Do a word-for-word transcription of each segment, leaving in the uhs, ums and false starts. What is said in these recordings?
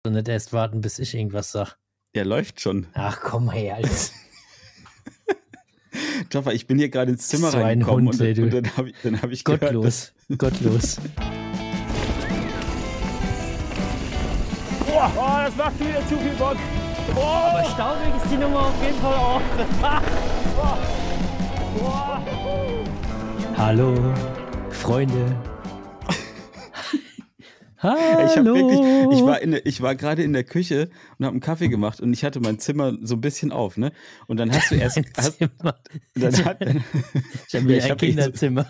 Und nicht erst warten, bis ich irgendwas sag. Der läuft schon. Ach komm, hey, als. Jaffa, ich bin hier gerade ins Zimmer So ein reingekommen Hund, und, ey, du. und dann habe ich, dann hab ich gehört, Gottlos, dass, gottlos. Boah, oh, das macht wieder zu viel Bock. Oh, Aber staubig ist die Nummer auf jeden Fall auch. Hallo, Freunde. Hallo. ich habe wirklich, ich war in der, ich war gerade in der Küche und habe einen Kaffee gemacht und ich hatte mein Zimmer so ein bisschen auf, ne? Und dann hast du erst, hast, Zimmer. dann hat, Ich habe hier ich ein hab eh so- Kinderzimmer.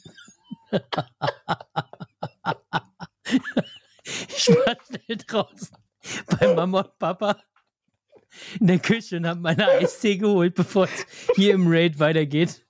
Ich war schnell draußen bei Mama und Papa in der Küche und habe meine Eistee geholt, bevor es hier im Raid weitergeht.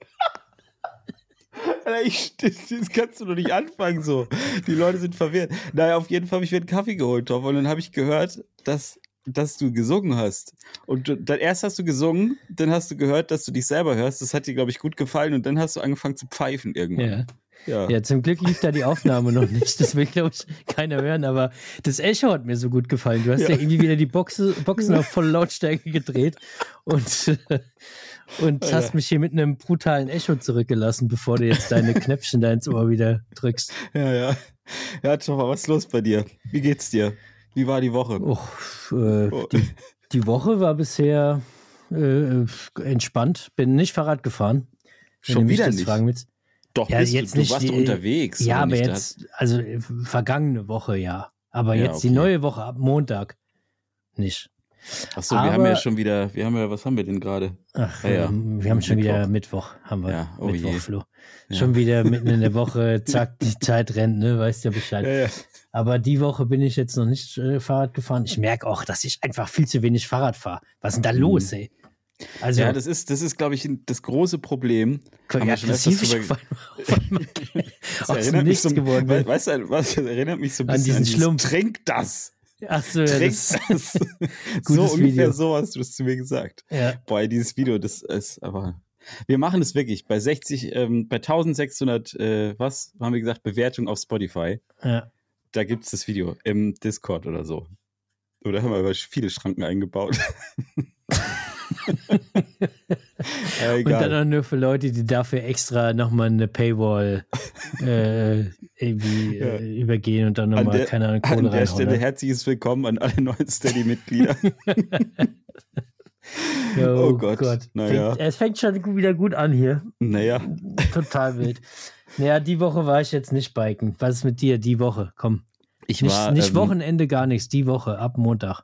Alter, ich, das, das kannst du doch nicht anfangen so. Die Leute sind verwirrt. Naja, auf jeden Fall habe ich mir einen Kaffee geholt, Tom, und dann habe ich gehört, dass, dass du gesungen hast. Und du, dann erst hast du gesungen, dann hast du gehört, dass du dich selber hörst. Das hat dir, glaube ich, gut gefallen und dann hast du angefangen zu pfeifen irgendwann. Ja. Ja. Ja, zum Glück lief da die Aufnahme noch nicht. Das will, glaube ich, keiner hören. Aber das Echo hat mir so gut gefallen. Du hast ja, Ja. irgendwie wieder die Boxe, Boxen auf volle Lautstärke gedreht und, und Alter. hast mich hier mit einem brutalen Echo zurückgelassen, bevor du jetzt deine Knöpfchen da ins Ohr wieder drückst. Ja, ja. Ja, Toffer, was ist los bei dir? Wie geht's dir? Wie war die Woche? Och, äh, Oh. die, die Woche war bisher äh, entspannt. Bin nicht Fahrrad gefahren. wenn Schon du mich wieder das nicht? fragen willst. Doch, Ja, bist jetzt du, nicht du warst die- doch unterwegs. Ja, oder aber nicht? Da jetzt, also äh, vergangene Woche ja. Aber Ja, jetzt die okay. neue Woche ab Montag nicht. Ach so, wir haben aber- ja schon wieder, wir haben ja, was haben wir denn gerade? Ach, Ja, ja. ähm, wir haben schon Mittwoch. wieder Mittwoch, haben wir. Ja, oh Mittwoch, je. Flo. Ja. Schon wieder mitten in der Woche, zack, die Zeit rennt, ne? Weißt ja Bescheid. Ja, ja. Aber die Woche bin ich jetzt noch nicht äh, Fahrrad gefahren. Ich merke auch, dass ich einfach viel zu wenig Fahrrad fahre. Was ist denn da los, ey? Also, Mhm. Ja, das ist, das ist, glaube ich, das große Problem. Haben ja, wir schon das öfters sieht drüber- auf einmal Das aus dem erinnert mich Nichts so, geworden. we- weißt du, was das erinnert mich so ein An bisschen diesen an dieses Schlumpf. Trink das. Ach so, ja, Trink das, das. so Gutes ungefähr Video. so hast du das zu mir gesagt. ja. Boah, dieses Video, das ist aber. Wir machen es wirklich. Bei sechzig, ähm, bei eintausendsechshundert, äh, was haben wir gesagt, Bewertung auf Spotify. Ja. Da gibt es das Video im Discord oder so. Oder haben wir aber viele Schranken eingebaut. ja, Und dann egal. auch nur für Leute, die dafür extra nochmal eine Paywall äh, irgendwie Ja. äh, übergehen und dann An nochmal, der, keine Ahnung, an Kohle der reinhauen. Stelle Ne? herzliches Willkommen an alle neuen Steady-Mitglieder. Oh, Oh Gott, naja. Fängt, es fängt schon gut- wieder gut an hier. naja, Total wild. Naja, die Woche war ich jetzt nicht biken. Was ist mit dir die Woche? Komm. ich Nicht, war, nicht ähm, Wochenende, gar nichts. Die Woche, ab Montag.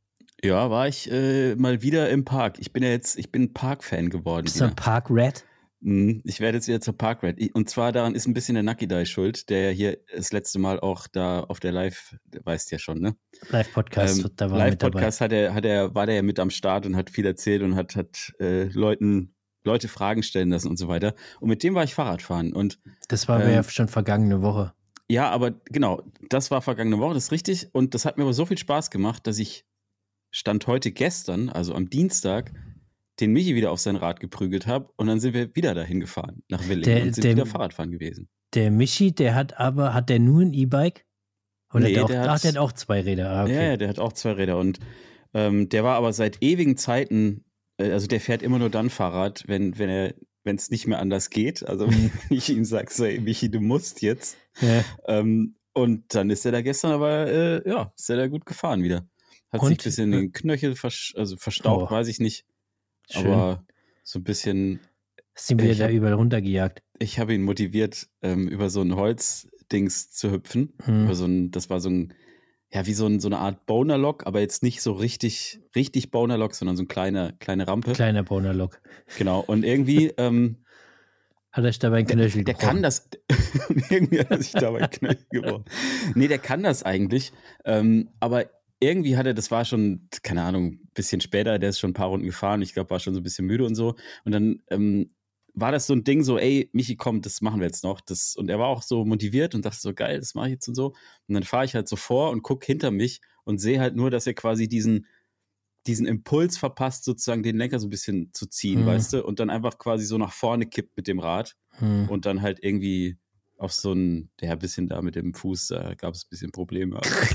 ja, war ich äh, mal wieder im Park. Ich bin ja jetzt, ich bin Park-Fan geworden. Bist du wieder. ein Park Rat? Mhm, Ich werde jetzt wieder zur Park-Rat. Ich- Und zwar daran ist ein bisschen der Nakidai schuld, der ja hier das letzte Mal auch da auf der Live, der weißt ja schon, ne? Live-Podcast, Ähm, da war er mit dabei. Live-Podcast hat er, hat er, war der ja mit am Start und hat viel erzählt und hat, hat äh, Leuten, Leute Fragen stellen lassen und so weiter. Und mit dem war ich Fahrradfahren. Und Das war aber ähm, ja schon vergangene Woche. ja, aber genau, das war vergangene Woche, das ist richtig. Und das hat mir aber so viel Spaß gemacht, dass ich Stand heute gestern, also am Dienstag, den Michi wieder auf sein Rad geprügelt habe. Und dann sind wir wieder dahin gefahren, nach Willingen, Der- und sind der- wieder Fahrradfahren gewesen. Der Michi, der hat aber, hat der nur ein E-Bike? Oder Nee, der, auch, der hat- ach, der hat auch zwei Räder. Ah, okay. Ja, ja, der hat auch zwei Räder. Und ähm, der war aber seit ewigen Zeiten, äh, also der fährt immer nur dann Fahrrad, wenn, wenn er, wenn es nicht mehr anders geht. Also Mhm. wenn ich ihm sage, so, ey, Michi, du musst jetzt. Ja. Ähm, und dann ist er da gestern aber, äh, ja, ist er da gut gefahren wieder. Hat sich Und? ein bisschen den Knöchel versch also verstaucht, Oh. weiß ich nicht. Schön. Aber so ein bisschen, Sind wir ich da hab- überall runtergejagt. ich habe ihn motiviert, ähm, über so ein Holzdings zu hüpfen. Hm. Über so ein, das war so ein, ja, wie so, ein, so eine Art Boner-Lock, aber jetzt nicht so richtig, richtig Boner-Lock, sondern so eine kleine, kleine Rampe. Kleiner Bonerlock. Genau. Und irgendwie, ähm, Hat er sich dabei ein Knöchel der gebrochen. kann das, irgendwie hat er sich dabei Knöchel gebrochen. Nee, der kann das eigentlich. Ähm, aber irgendwie hat er, das war schon, keine Ahnung, ein bisschen später, der ist schon ein paar Runden gefahren. Ich glaube, war schon so ein bisschen müde und so. Und dann ähm, war das so ein Ding so, ey, Michi, komm, das machen wir jetzt noch. Das, und er war auch so motiviert und dachte so, geil, das mache ich jetzt und so. Und dann fahre ich halt so vor und gucke hinter mich und sehe halt nur, dass er quasi diesen, diesen Impuls verpasst, sozusagen den Lenker so ein bisschen zu ziehen, Mhm. weißt du? Und dann einfach quasi so nach vorne kippt mit dem Rad Hm. und dann halt irgendwie auf so ein, der ein bisschen da mit dem Fuß, da gab es ein bisschen Probleme.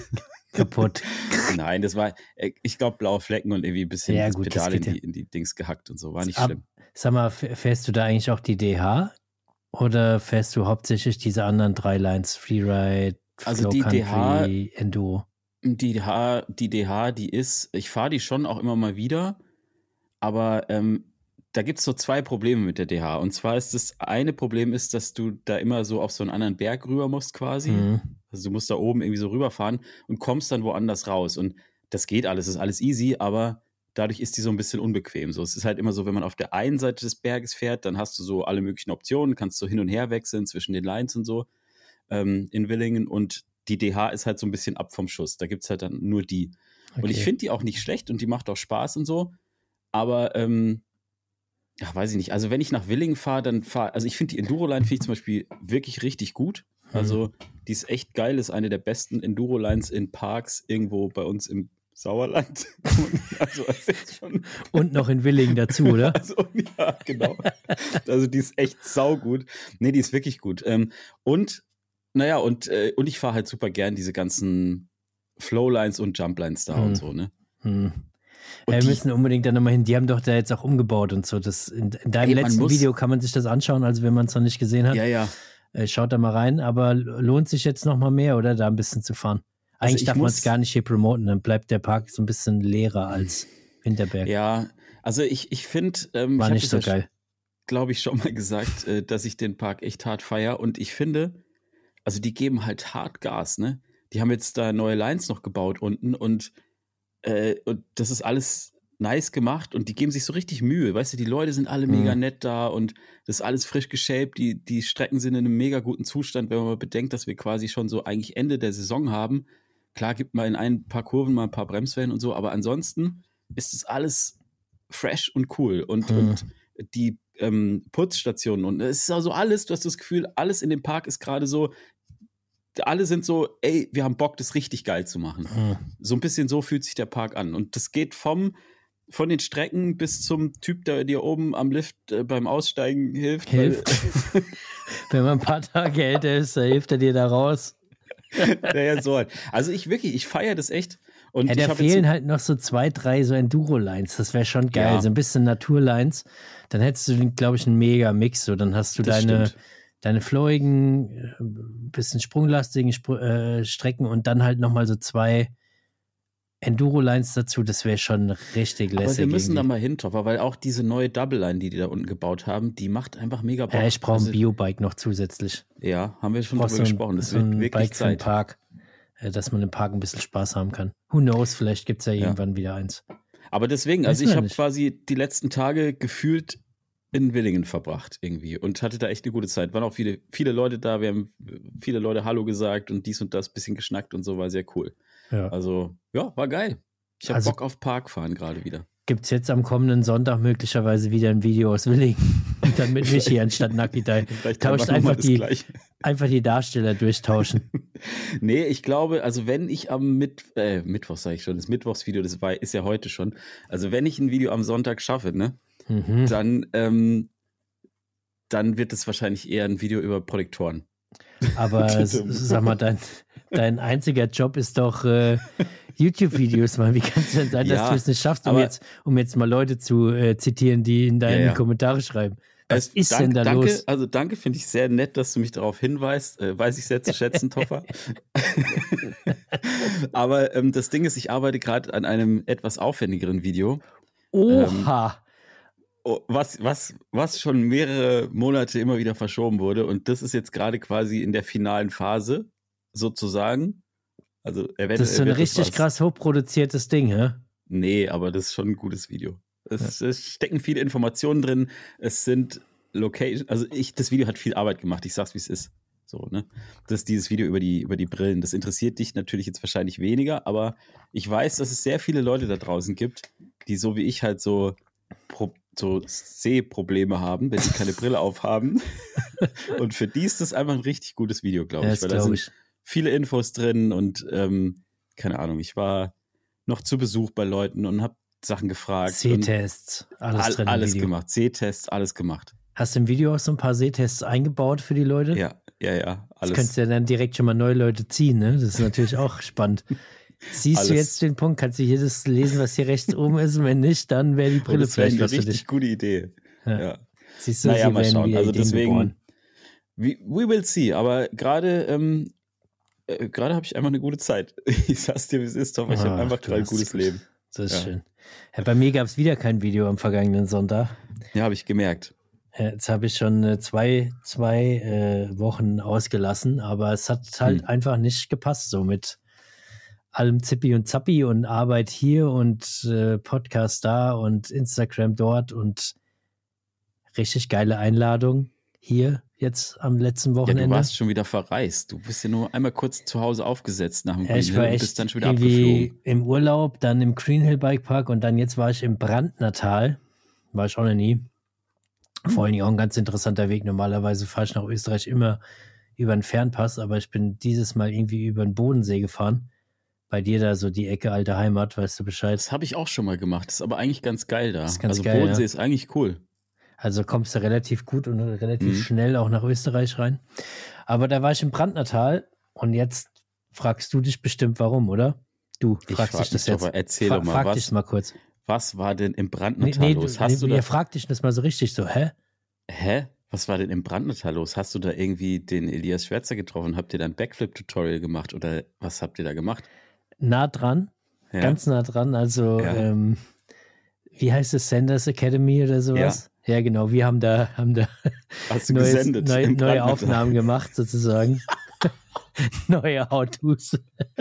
kaputt. Nein, das war, ich glaube, blaue Flecken und irgendwie ein bisschen Ja, das gut, Pedal das in geht die, ja. in die Dings gehackt und so. War nicht Ab- schlimm. Sag mal, f- fährst du da eigentlich auch die D H? Oder fährst du hauptsächlich diese anderen drei Lines? Freeride, Also Flow die Country, D H Enduro? Die D H, die D H, die ist, ich fahre die schon auch immer mal wieder, aber ähm, da gibt es so zwei Probleme mit der D H. Und zwar ist das eine Problem ist, dass du da immer so auf so einen anderen Berg rüber musst quasi. Mhm. Also du musst da oben irgendwie so rüberfahren und kommst dann woanders raus. Und das geht alles, ist alles easy, aber dadurch ist die so ein bisschen unbequem. So, es ist halt immer so, wenn man auf der einen Seite des Berges fährt, dann hast du so alle möglichen Optionen, kannst so hin und her wechseln zwischen den Lines und so ähm, in Willingen. Und die D H ist halt so ein bisschen ab vom Schuss. Da gibt es halt dann nur die. Okay. Und ich finde die auch nicht schlecht und die macht auch Spaß und so. Aber, ähm, ja, weiß ich nicht. Also, wenn ich nach Willingen fahre, dann fahre, also ich finde die Enduro-Line finde ich zum Beispiel wirklich richtig gut. Also, die ist echt geil, ist eine der besten Enduro-Lines in Parks irgendwo bei uns im Sauerland. Also, das ist schon. Und noch in Willingen dazu, oder? Also, ja, genau. Also, die ist echt saugut. Nee, die ist wirklich gut. Ähm, und, naja, und, äh, und ich fahre halt super gern diese ganzen Flowlines und Jumplines da Hm. und so, ne? Hm. Und Ja, wir die- müssen unbedingt da nochmal hin. Die haben doch da jetzt auch umgebaut und so. Das, in, in deinem Ey, man letzten muss- Video kann man sich das anschauen, also wenn man es noch nicht gesehen hat. Ja, ja. Äh, schaut da mal rein, aber lohnt sich jetzt noch mal mehr, oder? Da ein bisschen zu fahren. Also Eigentlich ich darf man es muss- gar nicht hier promoten, dann bleibt der Park so ein bisschen leerer als Winterberg. Ja, also ich, ich finde, ähm, War ich hab nicht das so ja, geil. glaube ich, schon mal gesagt, äh, dass ich den Park echt hart feiere. Und ich finde, also die geben halt hart Gas, ne? Die haben jetzt da neue Lines noch gebaut unten und, äh, und das ist alles nice gemacht und die geben sich so richtig Mühe. Weißt du, die Leute sind alle mega Mhm. nett da und das ist alles frisch geshaped. Die, die Strecken sind in einem mega guten Zustand, wenn man mal bedenkt, dass wir quasi schon so eigentlich Ende der Saison haben. Klar gibt man in ein paar Kurven mal ein paar Bremswellen und so, aber ansonsten ist es alles fresh und cool. Und, Mhm. und die ähm, Putzstationen und es ist also alles, du hast das Gefühl, alles in dem Park ist gerade so, alle sind so, ey, wir haben Bock, das richtig geil zu machen. Mhm. So ein bisschen so fühlt sich der Park an. Und das geht vom, von den Strecken bis zum Typ, der dir oben am Lift äh, beim Aussteigen hilft. Hilft. Wenn man ein paar Tage älter ist, da hilft er dir da raus. Naja, so halt. Also ich wirklich, ich feiere das echt. Und Ja, ich da hab fehlen jetzt, halt noch so zwei, drei so Enduro-Lines. Das wäre schon geil. Ja. So ein bisschen Naturlines. Dann hättest du, glaube ich, einen Mega-Mix. So, dann hast du Das deine, stimmt. deine flowigen, äh, bisschen sprunglastigen Spr äh, Strecken und dann halt nochmal so zwei Enduro-Lines dazu. Das wäre schon richtig lässig. Aber wir müssen da irgendwie. mal hin, Topper, weil auch diese neue Double-Line, die die da unten gebaut haben, die macht einfach mega Bock. Ja, ich brauche ein Also, Biobike noch zusätzlich. ja, haben wir schon Brauchst drüber so ein, gesprochen. Das so wird ein wirklich Bike für den Zeit. Park, äh, dass man im Park ein bisschen Spaß haben kann. Who knows, vielleicht gibt es ja Ja. irgendwann wieder eins. Aber deswegen, also Wissen ich wir habe nicht. quasi die letzten Tage gefühlt in Willingen verbracht irgendwie und hatte da echt eine gute Zeit. Waren auch viele, viele Leute da, wir haben viele Leute Hallo gesagt und dies und das, bisschen geschnackt und so, war sehr cool. Ja. Also, ja, war geil. Ich habe Also- Bock auf Parkfahren gerade wieder. Gibt es jetzt am kommenden Sonntag möglicherweise wieder ein Video aus Willingen? Und dann mit Michi anstatt Nakidai. Vielleicht Tauscht wir noch mal einfach die, Gleiche. einfach die Darsteller durchtauschen. Nee, ich glaube, also wenn ich am Mit äh, Mittwoch sage ich schon, das Mittwochsvideo, das war, ist ja heute schon. Also wenn ich ein Video am Sonntag schaffe, ne, Mhm. dann, ähm, dann wird es wahrscheinlich eher ein Video über Protektoren. Aber s- sag mal, dein, dein einziger Job ist doch äh, YouTube-Videos machen. Wie kann es denn sein, dass Ja, du es nicht schaffst, um aber- jetzt, um jetzt mal Leute zu äh, zitieren, die in deine Ja, ja. Kommentare schreiben? Was Es- ist dank- denn da danke, los? Also danke, finde ich sehr nett, dass du mich darauf hinweist. Äh, weiß ich sehr zu schätzen, Toffer. Aber ähm, das Ding ist, ich arbeite gerade an einem etwas aufwendigeren Video, Oha! oh, was, was, was schon mehrere Monate immer wieder verschoben wurde. Und das ist jetzt gerade quasi in der finalen Phase, sozusagen. Also eventuell das ist so ein wird richtig was. krass hochproduziertes Ding, hä? Nee, aber das ist schon ein gutes Video. Es, es stecken viele Informationen drin. Es sind Location, also ich, das Video hat viel Arbeit gemacht. Ich sag's, wie es ist. So, ne? Das ist dieses Video über die, über die Brillen. Das interessiert dich natürlich jetzt wahrscheinlich weniger, aber ich weiß, dass es sehr viele Leute da draußen gibt, die so wie ich halt so, Pro, so Sehprobleme haben, wenn sie keine Brille aufhaben. Und für die ist das einfach ein richtig gutes Video, glaube Ja, ich. das Weil da glaube sind ich. viele Infos drin und ähm, keine Ahnung, ich war noch zu Besuch bei Leuten und habe Sachen gefragt. und Sehtests, alles all, drin im alles Video. gemacht. Sehtests, alles gemacht. Hast du im Video auch so ein paar Sehtests eingebaut für die Leute? Ja, ja, ja, Das könntest alles. du ja dann direkt schon mal neue Leute ziehen, ne? Das ist natürlich auch spannend. Siehst Alles. du jetzt den Punkt? Kannst du hier das lesen, was hier rechts oben ist? Und wenn nicht, dann wäre die Oh, Brille das wäre vielleicht eine was für richtig dich. gute Idee. Ja. Ja. Siehst du, Naja, hier mal werden schauen. wieder Also Ideen deswegen, geboren. we, we will see. Aber gerade ähm, äh, gerade habe ich einfach eine gute Zeit. Ich sag's dir, wie es ist, Tom. Ich habe Ah, einfach du gerade ein hast- gutes Leben. Das ist Ja. schön. Ja, bei mir gab es wieder kein Video am vergangenen Sonntag. Ja, habe ich gemerkt. Ja, jetzt habe ich schon äh, zwei, zwei äh, Wochen ausgelassen, aber es hat halt Hm. einfach nicht gepasst, so mit allem Zippi und Zappi und Arbeit hier und äh, Podcast da und Instagram dort und richtig geile Einladung hier jetzt am letzten Ja, Wochenende. du warst schon wieder verreist. Du bist ja nur einmal kurz zu Hause aufgesetzt nach dem Ja, ich Green war Hill und echt bist dann schon wieder irgendwie abgeflogen. im Urlaub, dann im Green Hill Bike Park und dann jetzt war ich im Brandnertal. War ich auch noch nie. Vor allen Dingen auch ein ganz interessanter Weg. Normalerweise fahre ich nach Österreich immer über einen Fernpass, aber ich bin dieses Mal irgendwie über den Bodensee gefahren. Bei dir da so die Ecke alte Heimat, weißt du Bescheid. Das habe ich auch schon mal gemacht. Das ist aber eigentlich ganz geil da. Das ist ganz also geil, Bodensee ja. ist eigentlich cool. Also kommst du relativ gut und relativ Mhm. schnell auch nach Österreich rein. Aber da war ich im Brandnertal und jetzt fragst du dich bestimmt warum, oder? Du Ich fragst frag dich das mich jetzt. doch mal, erzähl Fra doch mal, frag was- dich mal kurz. Was war denn im Nee, Brandnertal nee, los? du, Hast nee, du ihr da, fragt dich das mal so richtig so, hä? hä? Was war denn im Brandnertal los? Hast du da irgendwie den Elias Schwärzer getroffen? Habt ihr da ein Backflip-Tutorial gemacht oder was habt ihr da gemacht? Nah dran, Ja. ganz nah dran. Also, Ja. ähm, wie heißt es, Sanders Academy oder sowas? Ja, genau. Wir haben da, haben da Hast du neues, gesendet? neu, im neue Brandnertal? Aufnahmen gemacht, sozusagen. Neue How-Tos.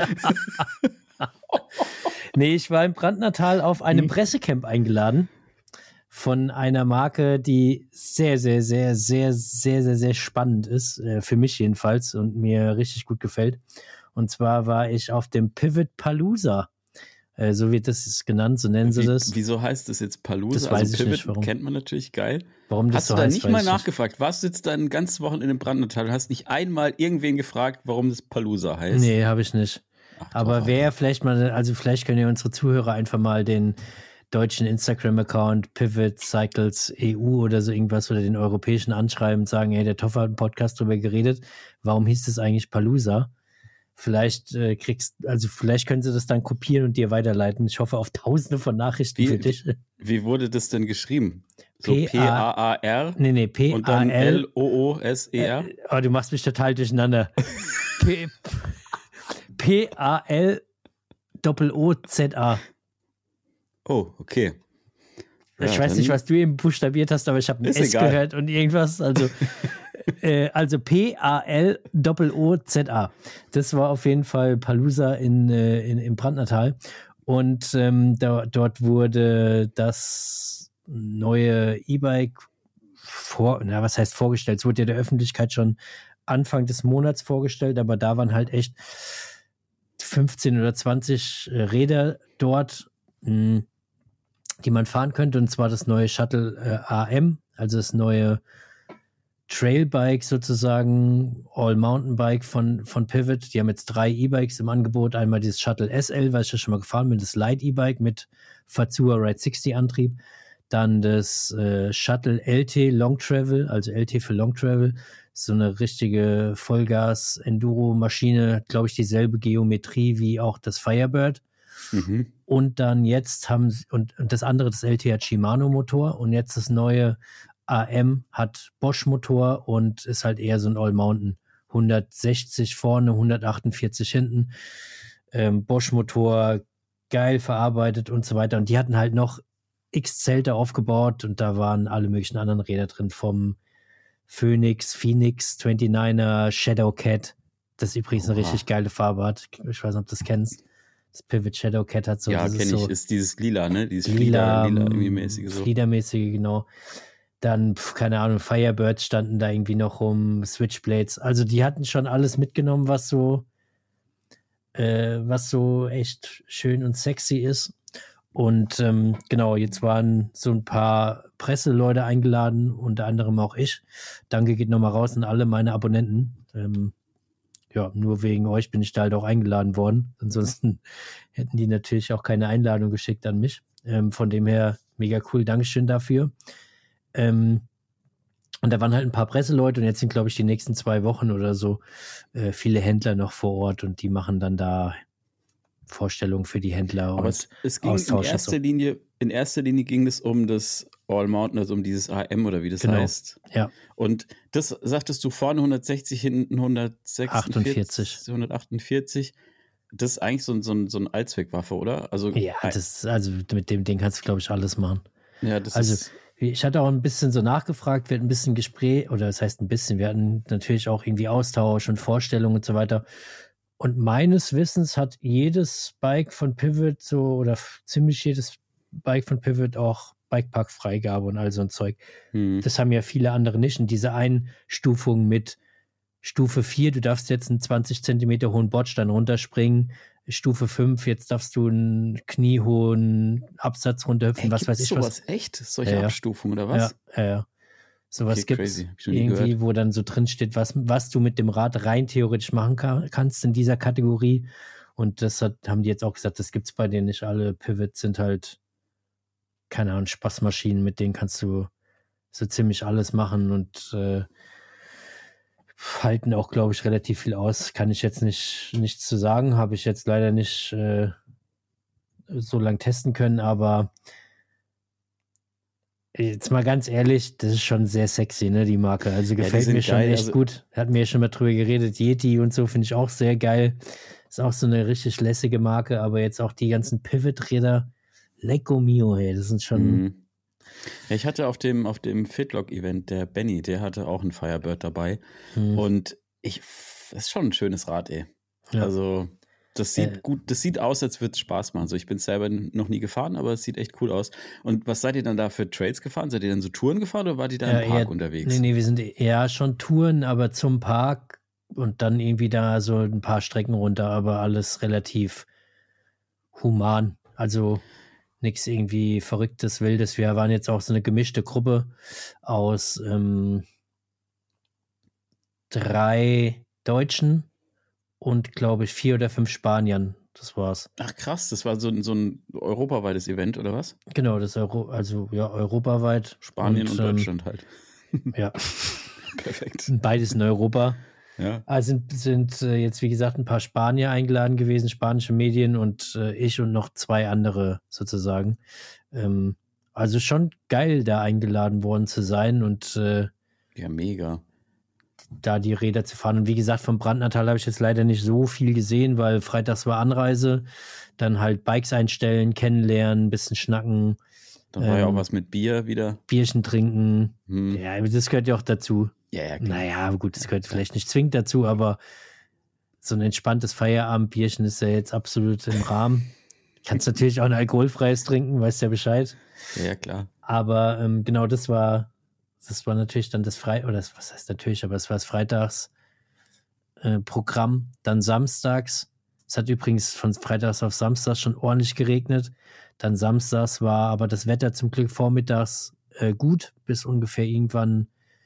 Nee, ich war im Brandnertal auf einem Hm. Pressecamp eingeladen von einer Marke, die sehr, sehr, sehr, sehr, sehr, sehr, sehr spannend ist, äh, für mich jedenfalls und mir richtig gut gefällt. Und zwar war ich auf dem Pivot Palooza, äh, so wird das genannt, so nennen sie Wie, das. wieso heißt das jetzt Palooza? Das weiß also ich Pivot nicht, warum. kennt man natürlich, geil. Warum das Hast so du da heißt, nicht weiß mal ich nicht. nachgefragt? Warst du jetzt da ein ganzes Wochenende im Brandnertal und hast nicht einmal irgendwen gefragt, warum das Palooza heißt? Nee, habe ich nicht. Ach, Aber doch, wer Alter. vielleicht mal, also vielleicht können ja unsere Zuhörer einfach mal den deutschen Instagram-Account Pivot Cycles E U oder so irgendwas oder den europäischen anschreiben und sagen, hey, der Toffer hat einen Podcast drüber geredet. Warum hieß das eigentlich Palooza? Vielleicht äh, kriegst, also vielleicht können sie das dann kopieren und dir weiterleiten. Ich hoffe auf tausende von Nachrichten Wie- für dich. Wie wurde das denn geschrieben? So P A- P A A R Nee, nee, P und A dann L. L O O S E R? Oh, du machst mich total durcheinander. P- P A L O O Z A. Oh, okay. Ich Ja, weiß dann- nicht, was du eben buchstabiert hast, aber ich habe ein Ist S egal. gehört und irgendwas. Also, äh, also P A L O O Z A. Das war auf jeden Fall Palooza in, äh, in, im Brandnertal. Und ähm, da, dort wurde das neue E-Bike vor, na, was heißt vorgestellt? Es wurde ja der Öffentlichkeit schon Anfang des Monats vorgestellt, aber da waren halt echt fünfzehn oder zwanzig äh, Räder dort, mh, die man fahren könnte, und zwar das neue Shuttle äh, A M, also das neue Trailbike sozusagen, All-Mountain-Bike von, von Pivot. Die haben jetzt drei E-Bikes im Angebot. Einmal dieses Shuttle S L, was ich ja schon mal gefahren bin, das Light-E-Bike mit Fazua Ride sechzig Antrieb. Dann das äh, Shuttle L T Long Travel, also L T für Long Travel. So eine richtige Vollgas-Enduro-Maschine, glaube ich, dieselbe Geometrie wie auch das Firebird. Mhm. Und dann jetzt haben sie, und, und das andere, das L T hat Shimano-Motor und jetzt das neue A M hat Bosch-Motor und ist halt eher so ein All-Mountain. hundertsechzig vorne, hundertachtundvierzig hinten. Ähm, Bosch-Motor, geil verarbeitet und so weiter. Und die hatten halt noch x Zelte aufgebaut und da waren alle möglichen anderen Räder drin, vom Phoenix, Phoenix, neunundneunziger, Shadowcat. Das ist übrigens eine Oha. richtig geile Farbe hat. Ich weiß nicht, ob du das kennst. Das Pivot Shadowcat hat so, Ja, das ist kenne ich. so Ist dieses Lila, ne? Dieses lila, Flieder, Lila irgendwie mäßige so. Fliedermäßige, genau. Dann, pf, keine Ahnung, Firebirds standen da irgendwie noch rum, Switchblades. Also die hatten schon alles mitgenommen, was so, äh, was so echt schön und sexy ist. Und ähm, genau, jetzt waren so ein paar Presseleute eingeladen, unter anderem auch ich. Danke geht nochmal raus an alle meine Abonnenten. Ähm, ja, nur wegen euch bin ich da halt auch eingeladen worden. Ansonsten hätten die natürlich auch keine Einladung geschickt an mich. Ähm, von dem her mega cool, Dankeschön dafür. Ähm, und da waren halt ein paar Presseleute und jetzt sind, glaube ich, die nächsten zwei Wochen oder so äh, viele Händler noch vor Ort und die machen dann da Vorstellung für die Händler. Aber und es, es ging in Austausch und erster so. Linie, in erster Linie ging es um das All Mountain, also um dieses A M oder wie das Genau. heißt. Ja, Und das sagtest du vorne hundertsechzig, hinten hundertsechsundvierzig, achtundvierzig. hundertachtundvierzig. Das ist eigentlich so ein, so ein, so ein Allzweckwaffe, oder? Also, Ja, das, also mit dem Ding kannst du, glaube ich, alles machen. ja, das Also, ist, ich hatte auch ein bisschen so nachgefragt, wir hatten ein bisschen Gespräch, oder das heißt ein bisschen, wir hatten natürlich auch irgendwie Austausch und Vorstellungen und so weiter. Und meines Wissens hat jedes Bike von Pivot so, oder f- ziemlich jedes Bike von Pivot auch Bikepark-Freigabe und all so ein Zeug. hm. Das haben ja viele andere nicht. Und diese Einstufung mit Stufe vier, du darfst jetzt einen zwanzig Zentimeter hohen Bordstein runterspringen. Stufe fünf, jetzt darfst du einen kniehohen Absatz runterhüpfen, Ey, was weiß gibt's ich sowas was. echt? Solche Ja, ja. Abstufungen oder was? Ja, ja, ja. Sowas Okay, gibt es crazy. Hab ich noch nie irgendwie, gehört. wo dann so drin steht, was, was du mit dem Rad rein theoretisch machen kann, kannst in dieser Kategorie. Und das hat, haben die jetzt auch gesagt, das gibt es bei denen nicht. Alle Pivots sind halt, keine Ahnung, Spaßmaschinen, mit denen kannst du so ziemlich alles machen und äh, halten auch, glaube ich, relativ viel aus. Kann ich jetzt nicht nichts zu sagen, habe ich jetzt leider nicht äh, so lang testen können, aber jetzt mal ganz ehrlich, das ist schon sehr sexy, ne, die Marke. Also die gefällt sind mir schon geil, echt also- gut. Hatten wir ja schon mal drüber geredet. Yeti und so finde ich auch sehr geil. Ist auch so eine richtig lässige Marke, aber jetzt auch die ganzen Pivot-Räder. Lecco mio, hey, das sind schon. Mhm. Ja, ich hatte auf dem, auf dem Fitlock-Event, der Benny, der hatte auch ein Firebird dabei. Hm, Und ich, das ist schon ein schönes Rad, ey. ja. Also, das sieht Äh. gut, das sieht aus, als würde es Spaß machen. So, ich bin selber noch nie gefahren, aber es sieht echt cool aus. Und was seid ihr dann da für Trails gefahren? Seid ihr dann so Touren gefahren oder wart ihr da Ja, im Park eher- unterwegs? Nee, nee, wir sind eher schon Touren, aber zum Park und dann irgendwie da so ein paar Strecken runter, aber alles relativ human. Also nichts irgendwie Verrücktes, Wildes. Wir waren jetzt auch so eine gemischte Gruppe aus ähm, drei Deutschen und, glaube ich, vier oder fünf Spaniern. Das war's. Ach krass, das war so, ein- so ein europaweites Event, oder was? Genau, das Euro, also ja, europaweit. Spanien und, ähm, Deutschland halt. Ja, Perfekt. beides in Europa. Ja. Also sind, sind äh, jetzt, wie gesagt, ein paar Spanier eingeladen gewesen, spanische Medien und äh, ich und noch zwei andere sozusagen. Ähm, also schon geil, da eingeladen worden zu sein und äh, Ja, mega. da die Räder zu fahren. Und wie gesagt, vom Brandnertal habe ich jetzt leider nicht so viel gesehen, weil freitags war Anreise, dann halt Bikes einstellen, kennenlernen, ein bisschen schnacken, Da war ja auch Ähm, was mit Bier wieder. Bierchen trinken. Hm. Ja, aber das gehört ja auch dazu. Ja, ja, klar. Naja, gut, das gehört vielleicht nicht zwingend dazu, aber so ein entspanntes Feierabendbierchen ist ja jetzt absolut im Rahmen. Kannst natürlich auch ein alkoholfreies trinken, weißt ja Bescheid. Ja, ja, klar. Aber ähm, genau, das war, das war natürlich dann das Frei, oder das, was heißt natürlich, aber es war das Freitags äh, Programm, dann samstags. Es hat übrigens von Freitags auf Samstag schon ordentlich geregnet. Dann samstags war aber das Wetter zum Glück vormittags äh, gut, bis ungefähr irgendwann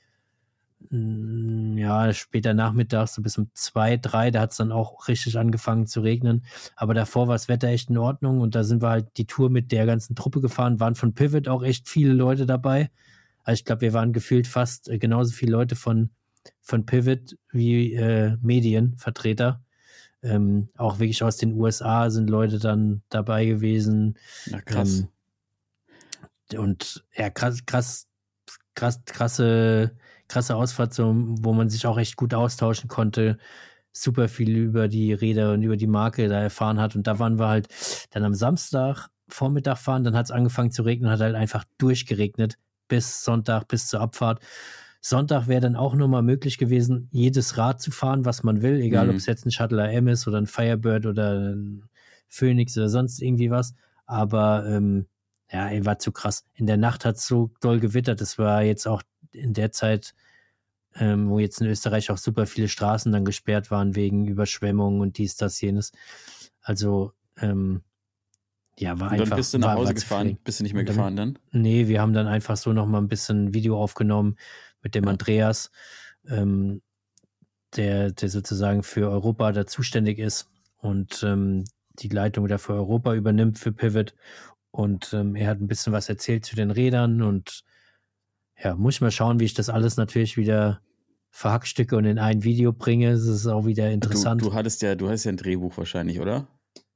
mh, ja, später nachmittags, so bis um zwei, drei, da hat es dann auch richtig angefangen zu regnen. Aber davor war das Wetter echt in Ordnung und da sind wir halt die Tour mit der ganzen Truppe gefahren, waren von Pivot auch echt viele Leute dabei. Also ich glaube, wir waren gefühlt fast äh, genauso viele Leute von, von Pivot wie äh, Medienvertreter. Ähm, auch wirklich aus den U S A sind Leute dann dabei gewesen. Na krass. Ähm, und ja, krass, krass, krass, krasse, krasse Ausfahrt, so, wo man sich auch echt gut austauschen konnte, super viel über die Räder und über die Marke da erfahren hat. Und da waren wir halt dann am Samstag Vormittag fahren, dann hat es angefangen zu regnen, hat halt einfach durchgeregnet bis Sonntag, bis zur Abfahrt. Sonntag wäre dann auch nochmal möglich gewesen, jedes Rad zu fahren, was man will, egal Mhm. ob es jetzt ein Shuttle A M ist oder ein Firebird oder ein Phoenix oder sonst irgendwie was. Aber ähm, ja, ey, war zu krass. In der Nacht hat es so doll gewittert. Das war jetzt auch in der Zeit, ähm, wo jetzt in Österreich auch super viele Straßen dann gesperrt waren wegen Überschwemmungen und dies, das, jenes. Also, ähm, ja, war Und einfach. dann bist du nach war, Hause war gefahren, zufrieden. bist du nicht mehr Und dann- gefahren dann? Nee, wir haben dann einfach so noch mal ein bisschen Video aufgenommen mit dem Ja. Andreas, ähm, der, der sozusagen für Europa da zuständig ist und ähm, die Leitung da für Europa übernimmt für Pivot. Und ähm, er hat ein bisschen was erzählt zu den Rädern und ja, muss ich mal schauen, wie ich das alles natürlich wieder verhackstücke und in ein Video bringe. Das ist auch wieder interessant. Du, du hattest ja, du hast ja ein Drehbuch wahrscheinlich, oder?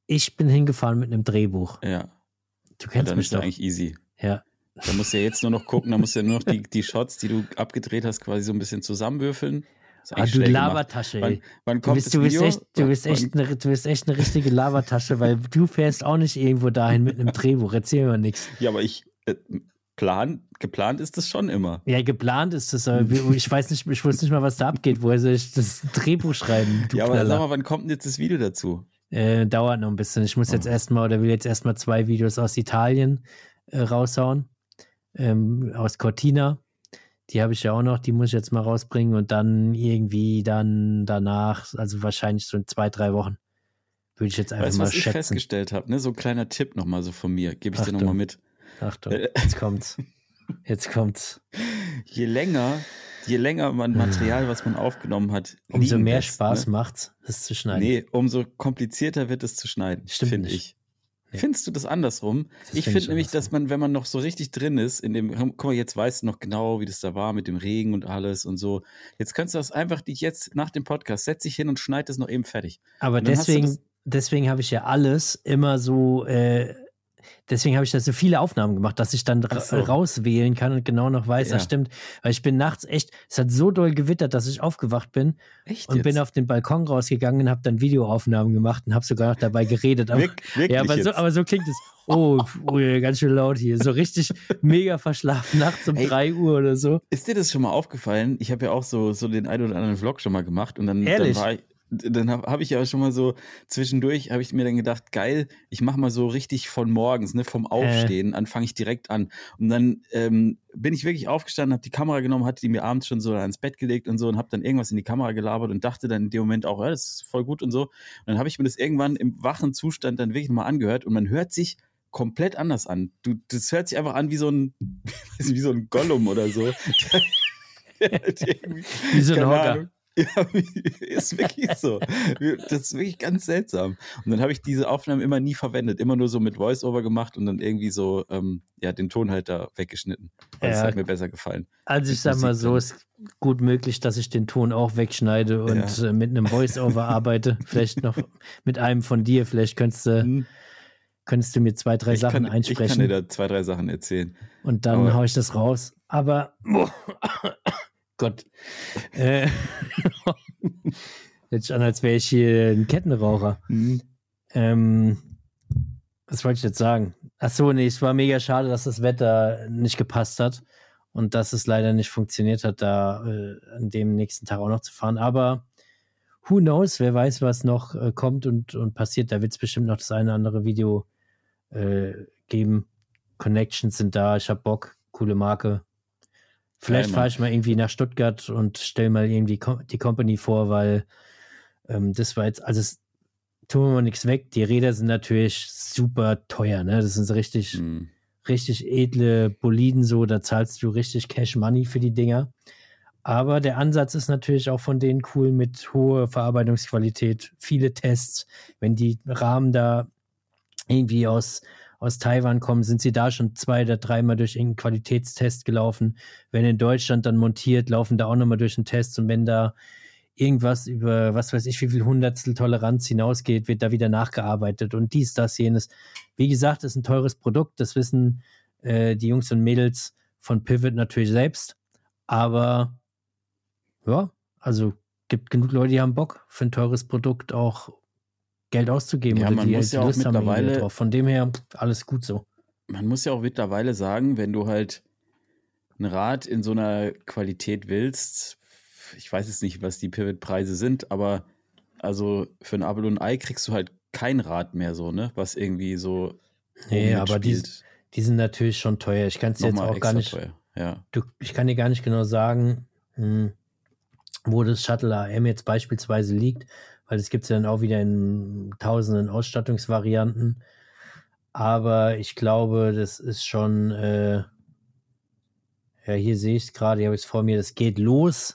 Ich bin hingefahren mit einem Drehbuch. Ja. Du kennst dann mich ist doch. Ja eigentlich easy. Ja. Da musst du ja jetzt nur noch gucken, da musst du ja nur noch die, die Shots, die du abgedreht hast, quasi so ein bisschen zusammenwürfeln. Ah, du Labertasche, ey. Wann, wann Du kommt bist, das du, bist Video? echt, du, bist echt eine, du bist echt eine richtige Labertasche, weil du fährst auch nicht irgendwo dahin mit einem Drehbuch. Erzähl mir nichts. Ja, aber ich, äh, plan, geplant ist das schon immer. Ja, geplant ist das, aber ich weiß nicht, ich wusste nicht mal, was da abgeht. Woher soll ich das Drehbuch schreiben? Du ja, aber Knaller. sag mal, wann kommt denn jetzt das Video dazu? Äh, dauert noch ein bisschen. Ich muss jetzt Oh. erstmal oder will jetzt erstmal zwei Videos aus Italien äh, raushauen. Ähm, aus Cortina. Die habe ich ja auch noch, die muss ich jetzt mal rausbringen und dann irgendwie dann danach, also wahrscheinlich so in zwei, drei Wochen, würde ich jetzt einfach Weißt du, mal was ich schätzen. festgestellt habe? Ne? So ein kleiner Tipp nochmal so von mir, gebe ich dir Achtung. nochmal mit. Achtung, jetzt kommt's. Jetzt kommt's. Je länger, je länger man Material, was man aufgenommen hat, Umso liegen mehr lässt, Spaß ne? macht es zu schneiden. Nee, umso komplizierter wird es zu schneiden, Stimmt finde nicht. ich. Nee. Findest du das andersrum? Das ich find finde ich nämlich, andersrum. dass man, wenn man noch so richtig drin ist, in dem, guck mal, jetzt weißt du noch genau, wie das da war mit dem Regen und alles und so. Jetzt kannst du das einfach dich jetzt nach dem Podcast, setz dich hin und schneid das noch eben fertig. Aber Und dann hast du deswegen, das- deswegen habe ich ja alles immer so, äh, deswegen habe ich da so viele Aufnahmen gemacht, dass ich dann ra Ach so. rauswählen kann und genau noch weiß, Ja. das stimmt. Weil ich bin nachts echt, es hat so doll gewittert, dass ich aufgewacht bin Echt und jetzt? bin auf den Balkon rausgegangen und habe dann Videoaufnahmen gemacht und habe sogar noch dabei geredet. Aber, Wirk- wirklich ja, aber so, jetzt? aber so klingt es. Oh, ui, ganz schön laut hier. So richtig mega verschlafen, nachts um Ey. drei Uhr oder so. Ist dir das schon mal aufgefallen? Ich habe ja auch so, so den einen oder anderen Vlog schon mal gemacht und dann, dann Ehrlich? war ich, dann habe hab ich ja schon mal so zwischendurch, habe ich mir dann gedacht, geil, ich mache mal so richtig von morgens, ne, vom Aufstehen an, fange ich direkt an. Und dann ähm, bin ich wirklich aufgestanden, habe die Kamera genommen, hatte die mir abends schon so ans Bett gelegt und so und habe dann irgendwas in die Kamera gelabert und dachte dann in dem Moment auch, ja, das ist voll gut und so. Und dann habe ich mir das irgendwann im wachen Zustand dann wirklich mal angehört und man hört sich komplett anders an. Du, das hört sich einfach an wie so ein, wie so ein Gollum oder so. Der halt irgendwie- Wie so ein keine Hocker. Ahnung. Ja, ist wirklich so. Das ist wirklich ganz seltsam. Und dann habe ich diese Aufnahmen immer nie verwendet, immer nur so mit Voice-Over gemacht und dann irgendwie so ähm, ja, den Ton halt da weggeschnitten. Weil es Ja. hat mir besser gefallen. Also ich Mit sag mal Musik so, drin. ist gut möglich, dass ich den Ton auch wegschneide und Ja. äh, mit einem Voice-Over arbeite. Vielleicht noch mit einem von dir. Vielleicht könntest du, Hm, könntest du mir zwei, drei ich, Sachen kann, ich kann einsprechen dir da zwei, drei Sachen erzählen. und dann aber- hau ich das raus. Aber Gott. Äh, Jetzt schon, als wäre ich hier ein Kettenraucher. Hm. Ähm, was wollte ich jetzt sagen? Ach so, nee, es war mega schade, dass das Wetter nicht gepasst hat und dass es leider nicht funktioniert hat, da äh, an dem nächsten Tag auch noch zu fahren. Aber who knows, wer weiß, was noch äh, kommt und, und passiert. Da wird es bestimmt noch das eine oder andere Video äh, geben. Connections sind da, ich hab Bock, coole Marke. Vielleicht Geil, fahre Mann. ich mal irgendwie nach Stuttgart und stelle mal irgendwie Com- die Company vor, weil ähm, das war jetzt, also es tun wir mal nichts weg. Die Räder sind natürlich super teuer, ne? Das sind so richtig, Hm. richtig edle Boliden so, da zahlst du richtig Cash Money für die Dinger. Aber der Ansatz ist natürlich auch von denen cool mit hoher Verarbeitungsqualität, viele Tests. Wenn die Rahmen da irgendwie aus, aus Taiwan kommen, sind sie da schon zwei oder dreimal durch irgendeinen Qualitätstest gelaufen. Wenn in Deutschland dann montiert, laufen da auch nochmal durch einen Test und wenn da irgendwas über, was weiß ich, wie viel Hundertstel Toleranz hinausgeht, wird da wieder nachgearbeitet und dies, das, jenes. Wie gesagt, ist ein teures Produkt, das wissen äh, die Jungs und Mädels von Pivot natürlich selbst, aber ja, also gibt genug Leute, die haben Bock für ein teures Produkt auch Geld auszugeben Ja, oder man die muss die ja auch Lust haben irgendwie mittlerweile- drauf. Von dem her, alles gut so. Man muss ja auch mittlerweile sagen, wenn du halt ein Rad in so einer Qualität willst, ich weiß jetzt nicht, was die Pivot-Preise sind, aber also für ein Apfel und ein Ei kriegst du halt kein Rad mehr so, ne? Was irgendwie so Nee, oben aber die, mitspielt. die sind natürlich schon teuer. Ich kann es jetzt Nochmal auch gar extra nicht, teuer. Ja. du, ich kann dir gar nicht genau sagen, hm, wo das Shuttle A M jetzt beispielsweise liegt, weil das gibt es ja dann auch wieder in tausenden Ausstattungsvarianten. Aber ich glaube, das ist schon, äh, ja, hier sehe ich es gerade, hier habe ich es vor mir, das geht los.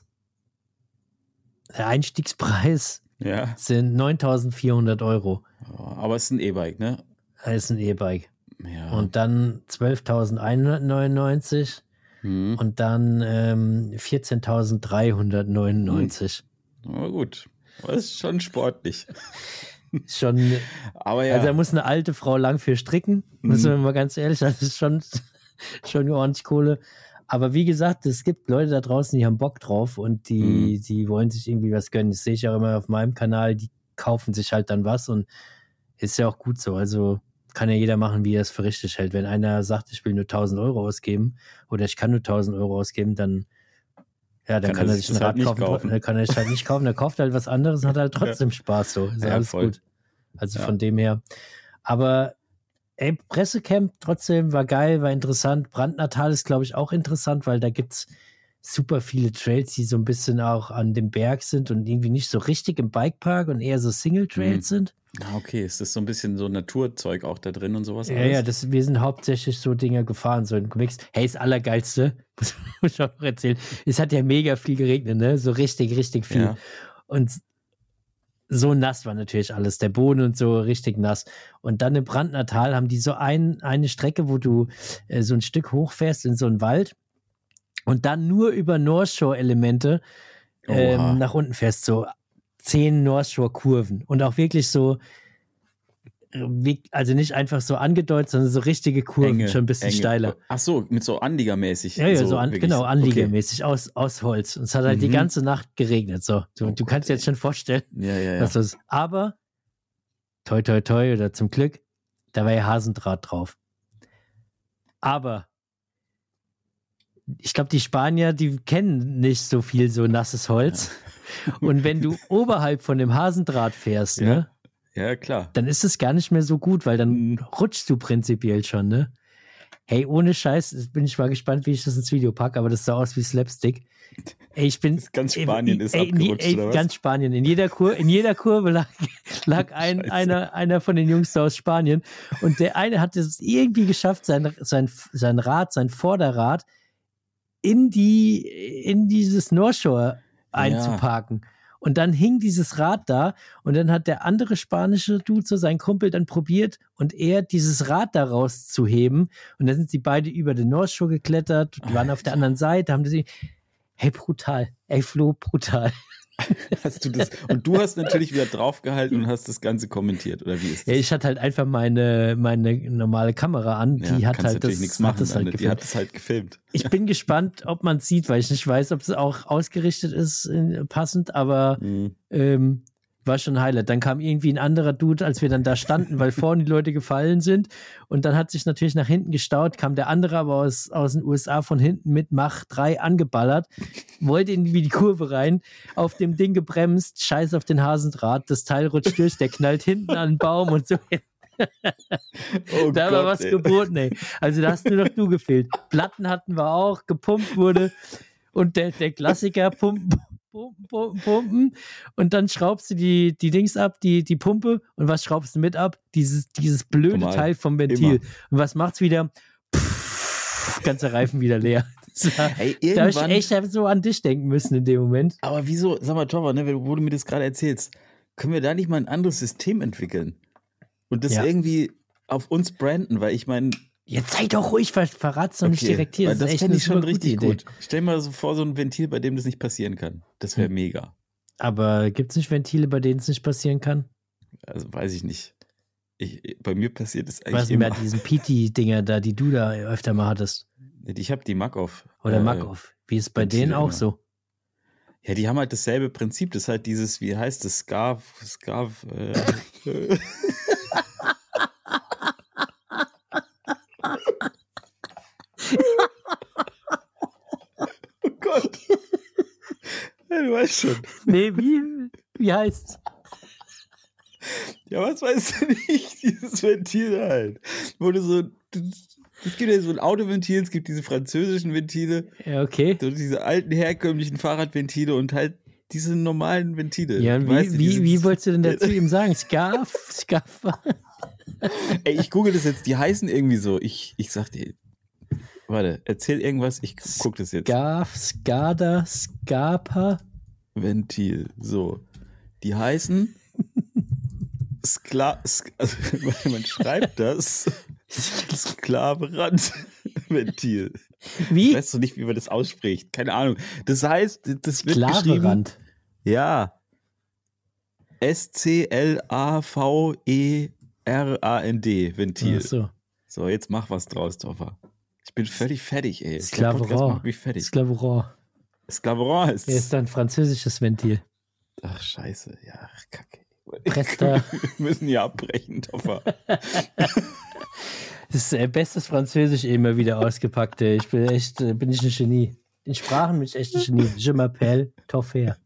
Der Einstiegspreis Ja, sind neuntausendvierhundert Euro. aber es ist ein E-Bike, ne? Das ist ein E-Bike. Ja. Und dann zwölftausendeinhundertneunundneunzig hm. und dann ähm, vierzehntausenddreihundertneunundneunzig. Aber gut. Aber es ist schon sportlich. schon, Aber ja. Also da muss eine alte Frau lang für stricken, müssen wir mal ganz ehrlich, das ist schon, schon ordentlich Kohle. Aber wie gesagt, es gibt Leute da draußen, die haben Bock drauf und die, mhm. die wollen sich irgendwie was gönnen. Das sehe ich auch immer auf meinem Kanal, die kaufen sich halt dann was und ist ja auch gut so. Also kann ja jeder machen, wie er es für richtig hält. Wenn einer sagt, ich will nur tausend Euro ausgeben oder ich kann nur tausend Euro ausgeben, dann ja, dann kann, kann er sich ein Rad halt kaufen, kaufen. Dann kann er sich halt nicht kaufen, der kauft halt was anderes und hat halt trotzdem ja. Spaß so. Ist ja, alles voll. Gut. Also ja. Von dem her. Aber ey, Pressecamp trotzdem war geil, war interessant. Brandnatal ist, glaube ich, auch interessant, weil da gibt's super viele Trails, die so ein bisschen auch an dem Berg sind und irgendwie nicht so richtig im Bikepark und eher so Single-Trails mhm. sind. Ah, okay, ist das so ein bisschen so Naturzeug auch da drin und sowas? Ja, alles? ja, das, wir sind hauptsächlich so Dinger gefahren, so gemixt. Hey, das Allergeilste, muss ich auch noch erzählen, es hat ja mega viel geregnet, ne? So richtig, richtig viel. Ja. Und so nass war natürlich alles, der Boden und so richtig nass. Und dann im Brandnatal haben die so ein, eine Strecke, wo du äh, so ein Stück hochfährst in so einen Wald und dann nur über North Shore-Elemente ähm, nach unten fährst, so zehn North Shore-Kurven und auch wirklich so, also nicht einfach so angedeutet, sondern so richtige Kurven, enge, schon ein bisschen enge. Steiler. Ach so, mit so Anliegermäßig. Ja, ja, so, so an, genau, Anliegermäßig, okay. aus, aus Holz. Und es hat halt mhm. die ganze Nacht geregnet, so. Du, oh du kannst dir jetzt schon vorstellen, ja, ja, ja. was das ist. Aber, toi, toi, toi, oder zum Glück, da war ja Hasendraht drauf. Aber, ich glaube, die Spanier, die kennen nicht so viel so nasses Holz. Ja. Und wenn du oberhalb von dem Hasendraht fährst, ja. ne? Ja, klar. Dann ist es gar nicht mehr so gut, weil dann mhm. rutschst du prinzipiell schon, ne? Hey, ohne Scheiß, bin ich mal gespannt, wie ich das ins Video packe, aber das sah aus wie Slapstick. Ey, ich bin... Ganz Spanien ey, ist ey, abgerutscht, ey, oder was? Ganz Spanien. In jeder, Kur, in jeder Kurve lag, lag ein, einer, einer von den Jungs da aus Spanien und der eine hat es irgendwie geschafft, sein, sein, sein Rad, sein Vorderrad in die, in dieses North Shore einzuparken. Ja. Und dann hing dieses Rad da und dann hat der andere spanische Dude, so sein Kumpel, dann probiert und er dieses Rad da rauszuheben. Und dann sind sie beide über den North Shore geklettert, die waren auf der anderen Seite, haben sie, hey, brutal, ey, Flo, brutal. Hast du das? Und du hast natürlich wieder draufgehalten und hast das Ganze kommentiert, oder wie ist das? Ja, ich hatte halt einfach meine, meine normale Kamera an, die ja, hat halt das, nichts machen, hat das halt gefilmt. Die hat das halt gefilmt. Ich bin gespannt, ob man es sieht, weil ich nicht weiß, ob es auch ausgerichtet ist, passend, aber mhm. ähm, war schon ein Highlight. Dann kam irgendwie ein anderer Dude, als wir dann da standen, weil vorne die Leute gefallen sind und dann hat sich natürlich nach hinten gestaut, kam der andere aber aus, aus den U S A von hinten mit Mach drei angeballert, wollte irgendwie die Kurve rein, auf dem Ding gebremst, scheiß auf den Hasendraht, das Teil rutscht durch, der knallt hinten an den Baum und so. Oh da Gott, war was ey. geboten, ey. Also da hast nur noch du gefehlt. Platten hatten wir auch, gepumpt wurde und der, der Klassiker, pumpen, pumpen, pumpen, pumpen und dann schraubst du die, die Dings ab, die, die Pumpe und was schraubst du mit ab? Dieses, dieses blöde Normal. Teil vom Ventil. Immer. Und was macht's wieder? Pff, ganzer Reifen wieder leer. War, hey, da hab ich echt so an dich denken müssen in dem Moment. Aber wieso, sag mal, Torwart, ne, wo du mir das gerade erzählst, können wir da nicht mal ein anderes System entwickeln? Und das ja. irgendwie auf uns branden, weil ich meine... Jetzt sei doch ruhig, ver verrat's doch okay. nicht direkt hier. Das, das fände ich schon richtig gut. Stell dir mal so vor, so ein Ventil, bei dem das nicht passieren kann. Das wäre hm. mega. Aber gibt es nicht Ventile, bei denen es nicht passieren kann? Also weiß ich nicht. Ich, bei mir passiert es eigentlich Was immer. Was mit diesen P T-Dinger da, die du da öfter mal hattest? Ich habe die Makov. Oder äh, Makov. Wie ist bei Ventile denen auch immer. So? Ja, die haben halt dasselbe Prinzip. Das ist halt dieses, wie heißt das, Scarf, Scarf, äh, oh Gott. Ja, du weißt schon. Nee, wie, wie heißt's? Ja, was weißt du nicht? Dieses Ventil halt. Wo du so, es gibt ja so ein Autoventil, es gibt diese französischen Ventile. Ja, okay. So diese alten, herkömmlichen Fahrradventile und halt diese normalen Ventile. Ja, und wie, weißt, wie, wie wolltest du denn dazu ihm sagen? Scarf? Scarf? Ey, ich google das jetzt, die heißen irgendwie so. Ich, ich sag dir, warte, erzähl irgendwas, ich guck das jetzt. Scarf, Skada, Scarpa. Ventil, so. Die heißen Skla, Sk also, man schreibt das Sklaverand-Ventil. Wie? Ich weiß doch nicht, wie man das ausspricht. Keine Ahnung. Das heißt, das wird Sklaverand. Ja. S C L A V E R A N D, Ventil. Ach so. So, jetzt mach was draus, Toffer. Ich bin völlig fertig, ey. Sklaverant. Macht mich fertig. Sklaverant. Sklaverant ist Er ist ein französisches Ventil. Ach, scheiße. Ja, kacke. Presta. Wir müssen ja abbrechen, Toffer. Das ist äh, bestes Französisch immer wieder ausgepackt. Ey. Ich bin echt, äh, bin ich ein Genie. In Sprachen bin ich echt ein Genie. Je m'appelle Toffer.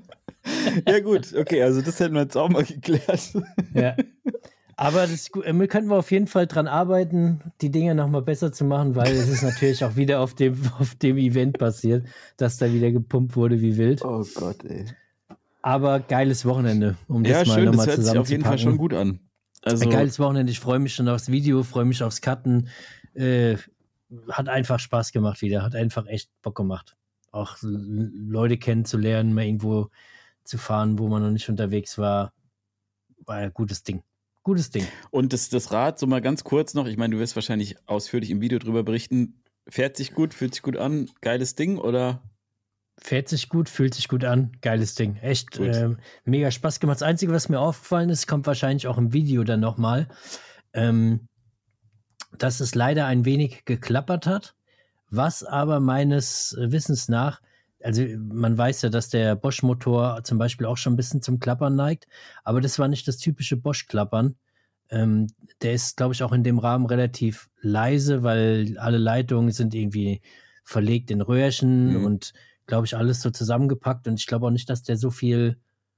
Ja gut, okay, also das hätten wir jetzt auch mal geklärt. Ja. Aber das ist gut. Wir könnten wir auf jeden Fall dran arbeiten, die Dinge nochmal besser zu machen, weil es ist natürlich auch wieder auf dem, auf dem Event passiert, dass da wieder gepumpt wurde wie wild. Oh Gott, ey. Aber geiles Wochenende, um das Ja, mal schön, das nochmal hört sich auf jeden Fall schon gut an. Also, Ein geiles Wochenende, ich freue mich schon aufs Video, freue mich aufs Cutten. Äh, hat einfach Spaß gemacht wieder, hat einfach echt Bock gemacht. Auch l- Leute kennenzulernen, mal irgendwo zu fahren, wo man noch nicht unterwegs war. War ein gutes Ding. Gutes Ding. Und das, das Rad, so mal ganz kurz noch, ich meine, du wirst wahrscheinlich ausführlich im Video drüber berichten, fährt sich gut, fühlt sich gut an, geiles Ding oder? Fährt sich gut, fühlt sich gut an. Geiles Ding. Echt Gut. ähm, mega Spaß gemacht. Das Einzige, was mir aufgefallen ist, kommt wahrscheinlich auch im Video dann nochmal, ähm, dass es leider ein wenig geklappert hat, was aber meines Wissens nach, also man weiß ja, dass der Bosch-Motor zum Beispiel auch schon ein bisschen zum Klappern neigt, aber das war nicht das typische Bosch-Klappern. Ähm, der ist, glaube ich, auch in dem Rahmen relativ leise, weil alle Leitungen sind irgendwie verlegt in Röhrchen Mhm. und glaube ich, alles so zusammengepackt und ich glaube auch nicht, dass der so viel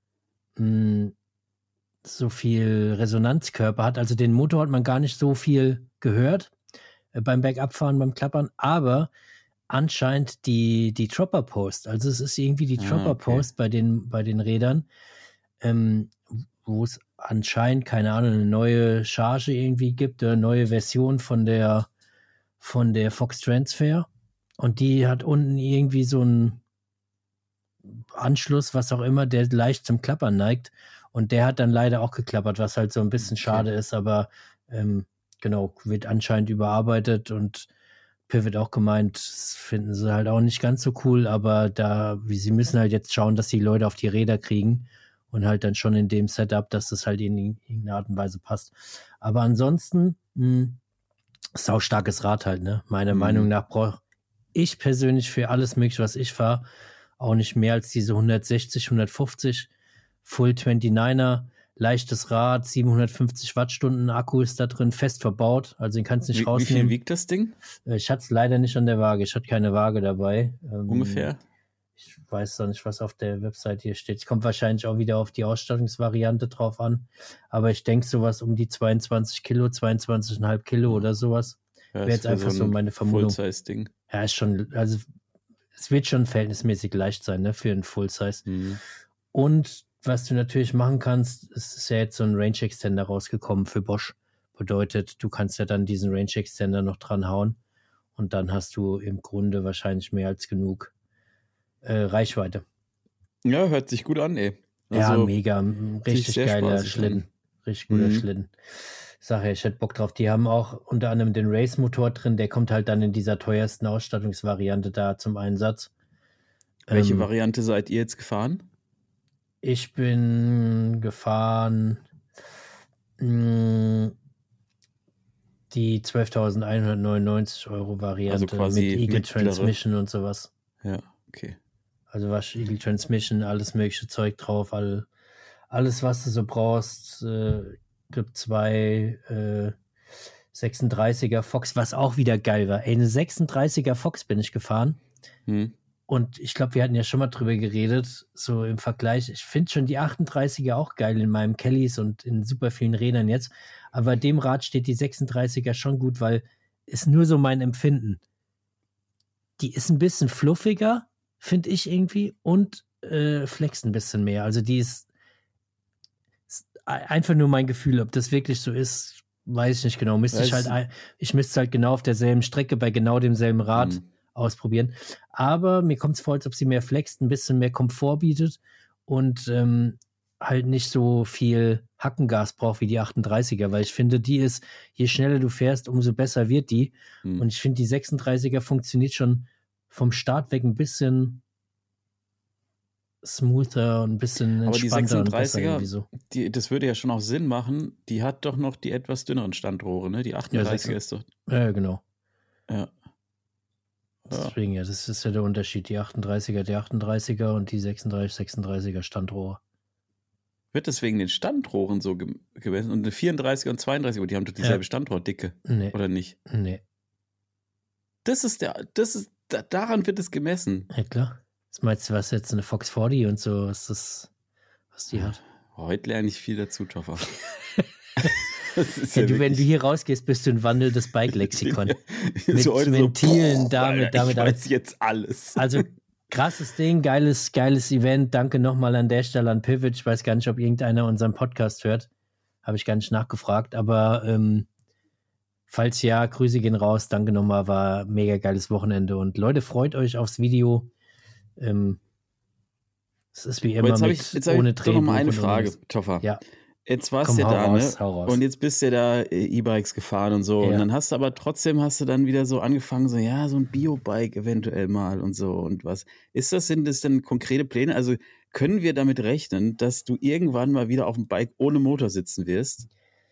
mh, so viel Resonanzkörper hat. Also den Motor hat man gar nicht so viel gehört äh, beim Bergabfahren, beim Klappern, aber anscheinend die, die Dropper Post, also es ist irgendwie die Ah, Dropper okay. Post bei den, bei den Rädern, ähm, wo es anscheinend, keine Ahnung, eine neue Charge irgendwie gibt, oder eine neue Version von der von der Fox Transfer und die hat unten irgendwie so einen Anschluss, was auch immer, der leicht zum Klappern neigt und der hat dann leider auch geklappert, was halt so ein bisschen Okay. schade ist, aber ähm, genau, wird anscheinend überarbeitet und Pivot auch gemeint, das finden sie halt auch nicht ganz so cool, aber da, wie sie müssen halt jetzt schauen, dass die Leute auf die Räder kriegen und halt dann schon in dem Setup, dass das halt in irgendeiner Art und Weise passt. Aber ansonsten, mh, saustarkes Rad halt, ne? Meiner Mhm. Meinung nach brauche ich persönlich für alles mögliche, was ich fahre, auch nicht mehr als diese hundertsechzig, hundertfünfzig Full neunundneunziger, leichtes Rad, siebenhundertfünfzig Wattstunden, Akku ist da drin fest verbaut, also den kannst du nicht Wie, wie viel rausnehmen. wiegt das Ding Äh, Ich hatte es leider nicht an der Waage, ich hatte keine Waage dabei. Ähm, ungefähr? Ich weiß noch nicht, was auf der Website hier steht. Es kommt wahrscheinlich auch wieder auf die Ausstattungsvariante drauf an, aber ich denke sowas um die zweiundzwanzig Kilo, zweiundzwanzig Komma fünf Kilo oder sowas. Ja, Wäre ist jetzt für einfach so ein meine Vermutung. Full-Size-Ding. Ja, ist schon, also es wird schon verhältnismäßig leicht sein, ne, für einen Full-Size. Mhm. Und was du natürlich machen kannst, es ist ja jetzt so ein Range Extender rausgekommen für Bosch. Bedeutet, du kannst ja dann diesen Range Extender noch dran hauen und dann hast du im Grunde wahrscheinlich mehr als genug äh, Reichweite. Ja, hört sich gut an, ey. Ja, Also, mega. ein sich Richtig sehr geiler spaßig Schlitten. Richtig guter Mhm. Schlitten. Ich sage ja, ich hätte Bock drauf. Die haben auch unter anderem den Race-Motor drin. Der kommt halt dann in dieser teuersten Ausstattungsvariante da zum Einsatz. welche Ähm, Variante seid ihr jetzt gefahren? Ich bin gefahren mh, die zwölftausendeinhundertneunundneunzig Euro Variante Also quasi mit Eagle mittlere. Transmission und sowas. Ja, okay. Also was Eagle Transmission, alles mögliche Zeug drauf, all, alles was du so brauchst. Äh, Grip zwei, äh, sechsunddreißiger Fox, was auch wieder geil war. Ey, eine sechsunddreißiger Fox bin ich gefahren. Hm. Und ich glaube, wir hatten ja schon mal drüber geredet, so im Vergleich. Ich finde schon die achtunddreißiger auch geil in meinem Kellys und in super vielen Rädern jetzt. Aber bei dem Rad steht die sechsunddreißiger schon gut, weil ist nur so mein Empfinden. Die ist ein bisschen fluffiger, finde ich irgendwie, und äh, flext ein bisschen mehr. Also die ist, ist einfach nur mein Gefühl. Ob das wirklich so ist, weiß ich nicht genau. Müsste ich Weiß- halt, ein- ich müsste es halt genau auf derselben Strecke bei genau demselben Rad Hm. ausprobieren. Aber mir kommt es vor, als ob sie mehr flext, ein bisschen mehr Komfort bietet und ähm, halt nicht so viel Hackengas braucht wie die achtunddreißiger, weil ich finde, die ist, je schneller du fährst, umso besser wird die. Hm. Und ich finde, die sechsunddreißiger funktioniert schon vom Start weg ein bisschen smoother und ein bisschen Aber die entspannter und besser sechsunddreißiger, irgendwie so. die, das würde ja schon auch Sinn machen. Die hat doch noch die etwas dünneren Standrohre, ne? Die achtunddreißiger ist doch. Ja, genau. Ja. Ja. Deswegen, ja, das ist ja der Unterschied. Die achtunddreißiger, die achtunddreißiger und die sechsunddreißig, sechsunddreißiger Standrohre. Wird deswegen den Standrohren so ge- gemessen? Und eine vierunddreißiger und zweiunddreißiger, die haben doch dieselbe Ja. Standrohrdicke, Nee, oder nicht? nee. Das ist der, das ist, da, daran wird es gemessen. Ja, klar. Was meinst du, was jetzt eine Fox vierzig und so, was das, was die hat? Heute lerne ich viel dazu, Toffer. Das ist Ja, ja du, wenn wirklich- du hier rausgehst, bist du ein wandelndes Bike-Lexikon. Mit So heute so, Ventilen, boah, damit, Alter, damit, ich damit. weiß jetzt alles. Also krasses Ding, geiles, geiles Event. Danke nochmal an der Stelle an Pivot. Ich weiß gar nicht, ob irgendeiner unseren Podcast hört. Habe ich gar nicht nachgefragt. Aber ähm, falls ja, Grüße gehen raus. Danke nochmal, war ein mega geiles Wochenende. Und Leute, freut euch aufs Video. Ähm, es ist wie Aber immer jetzt habe mit ich, jetzt hab ohne ich doch Drehbuch. noch mal eine und ohne Frage, das. Toffer. Ja, Jetzt warst komm, du hau da, raus, ne? hau raus. Und jetzt bist du da äh, E-Bikes gefahren und so. Ja. Und dann hast du aber trotzdem hast du dann wieder so angefangen, so, ja, so ein Biobike eventuell mal und so und was. Ist das, sind das denn konkrete Pläne? Also können wir damit rechnen, dass du irgendwann mal wieder auf dem Bike ohne Motor sitzen wirst?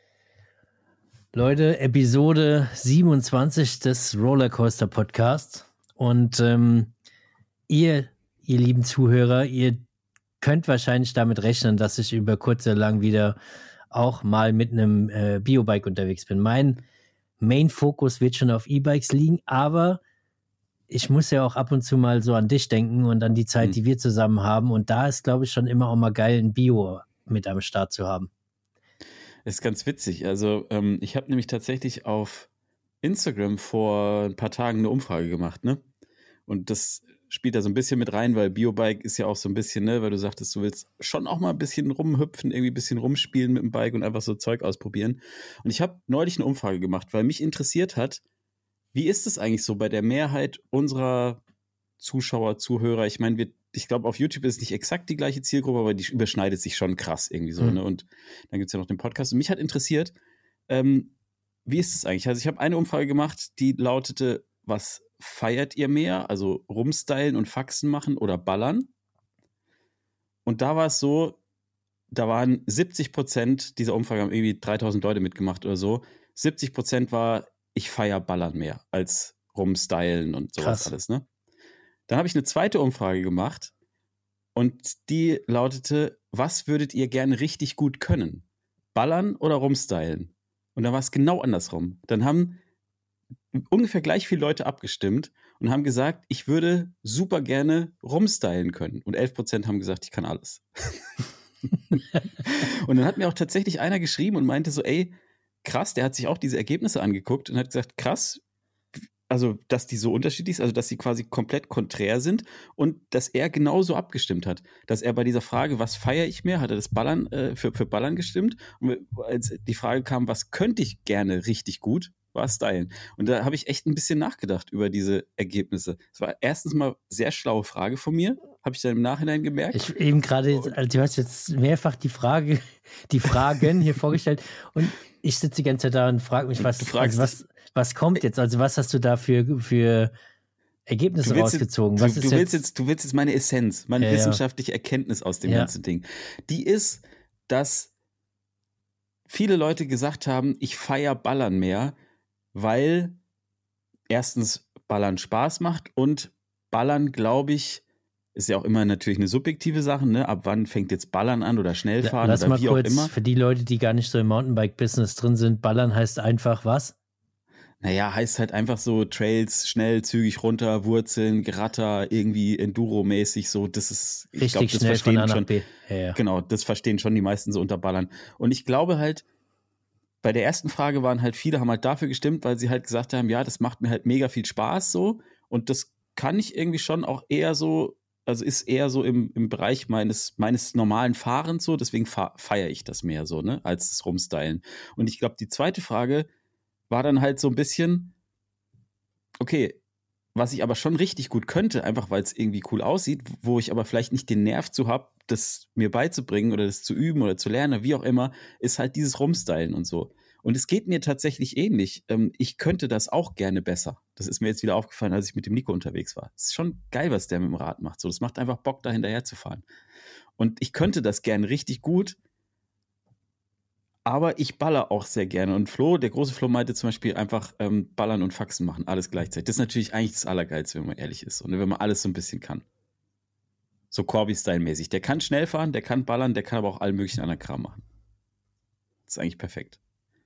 Leute, Episode siebenundzwanzig des Rollercoaster Podcasts. Und ähm, ihr, ihr lieben Zuhörer, ihr könnt wahrscheinlich damit rechnen, dass ich über kurz oder lang wieder auch mal mit einem äh, Biobike unterwegs bin. Mein Main-Fokus wird schon auf E-Bikes liegen, aber ich muss ja auch ab und zu mal so an dich denken und an die Zeit, Hm. die wir zusammen haben. Und da ist, glaube ich, schon immer auch mal geil, ein Bio mit am Start zu haben. Das ist ganz witzig. Also ähm, ich habe nämlich tatsächlich auf Instagram vor ein paar Tagen eine Umfrage gemacht, ne? Und das spielt da so ein bisschen mit rein, weil Biobike ist ja auch so ein bisschen, ne, weil du sagtest, du willst schon auch mal ein bisschen rumhüpfen, irgendwie ein bisschen rumspielen mit dem Bike und einfach so Zeug ausprobieren. Und ich habe neulich eine Umfrage gemacht, weil mich interessiert hat, wie ist es eigentlich so bei der Mehrheit unserer Zuschauer, Zuhörer? Ich meine, wir, ich glaube, auf YouTube ist es nicht exakt die gleiche Zielgruppe, aber die überschneidet sich schon krass irgendwie so, Mhm. ne? Und dann gibt es ja noch den Podcast. Und mich hat interessiert, ähm, wie ist es eigentlich? Also ich habe eine Umfrage gemacht, die lautete, was feiert ihr mehr? Also rumstylen und Faxen machen oder ballern? Und da war es so, da waren siebzig Prozent dieser Umfrage, haben irgendwie dreitausend Leute mitgemacht oder so. siebzig Prozent war, ich feier ballern mehr als rumstylen und sowas Krass. alles, ne? Dann habe ich eine zweite Umfrage gemacht und die lautete, was würdet ihr gerne richtig gut können? Ballern oder rumstylen? Und da war es genau andersrum. Dann haben ungefähr gleich viele Leute abgestimmt und haben gesagt, ich würde super gerne rumstylen können. Und elf Prozent haben gesagt, ich kann alles. Und dann hat mir auch tatsächlich einer geschrieben und meinte so, ey, krass, der hat sich auch diese Ergebnisse angeguckt und hat gesagt, krass, also dass die so unterschiedlich sind, also dass sie quasi komplett konträr sind und dass er genauso abgestimmt hat. Dass er bei dieser Frage, was feiere ich mehr, hat er das Ballern äh, für, für Ballern gestimmt. Und als die Frage kam, was könnte ich gerne richtig gut, war Stylen. Und da habe ich echt ein bisschen nachgedacht über diese Ergebnisse. Es war erstens mal sehr schlaue Frage von mir, habe ich dann im Nachhinein gemerkt. Ich eben gerade, jetzt- also du hast jetzt mehrfach die Frage, die Fragen hier vorgestellt und ich sitze die ganze Zeit da und frage mich, was, Du fragst also was, was kommt jetzt? Also was hast du da für, für Ergebnisse Du willst, rausgezogen? jetzt, Was du, ist du, willst jetzt, du willst jetzt meine Essenz, meine Ja, ja. wissenschaftliche Erkenntnis aus dem Ja. ganzen Ding. Die ist, dass viele Leute gesagt haben, ich feiere Ballern mehr, weil erstens Ballern Spaß macht und Ballern, glaube ich, ist ja auch immer natürlich eine subjektive Sache, ne? Ab wann fängt jetzt Ballern an oder Schnellfahren Lass oder mal wie kurz, auch immer. für die Leute, die gar nicht so im Mountainbike-Business drin sind, ballern heißt einfach was? Naja, heißt halt einfach so Trails, schnell, zügig runter, Wurzeln, Geratter, irgendwie Enduro-mäßig so. Das ist, ich Richtig glaube, das schnell von verstehen A nach schon. B. Ja, ja. Genau, das verstehen schon die meisten so unter Ballern. Und ich glaube halt, bei der ersten Frage waren halt viele, haben halt dafür gestimmt, weil sie halt gesagt haben, ja, das macht mir halt mega viel Spaß so. Und das kann ich irgendwie schon auch eher so, also ist eher so im, im Bereich meines, meines normalen Fahrens so, deswegen fa- feiere ich das mehr so, ne, als das Rumstylen. Und ich glaube, die zweite Frage war dann halt so ein bisschen, okay, was ich aber schon richtig gut könnte, einfach weil es irgendwie cool aussieht, wo ich aber vielleicht nicht den Nerv zu habe, das mir beizubringen oder das zu üben oder zu lernen, wie auch immer, ist halt dieses Rumstylen und so. Und es geht mir tatsächlich ähnlich. Ähm, ich könnte das auch gerne besser. Das ist mir jetzt wieder aufgefallen, als ich mit dem Nico unterwegs war. Es ist schon geil, was der mit dem Rad macht. So, das macht einfach Bock, da hinterher zu fahren. Und ich könnte das gerne richtig gut, aber ich baller auch sehr gerne. Und Flo, der große Flo meinte zum Beispiel einfach ähm, ballern und Faxen machen, alles gleichzeitig. Das ist natürlich eigentlich das Allergeilste, wenn man ehrlich ist. Und wenn man alles so ein bisschen kann. So Corby-Style-mäßig. Der kann schnell fahren, der kann ballern, der kann aber auch allen möglichen anderen Kram machen. Das ist eigentlich perfekt.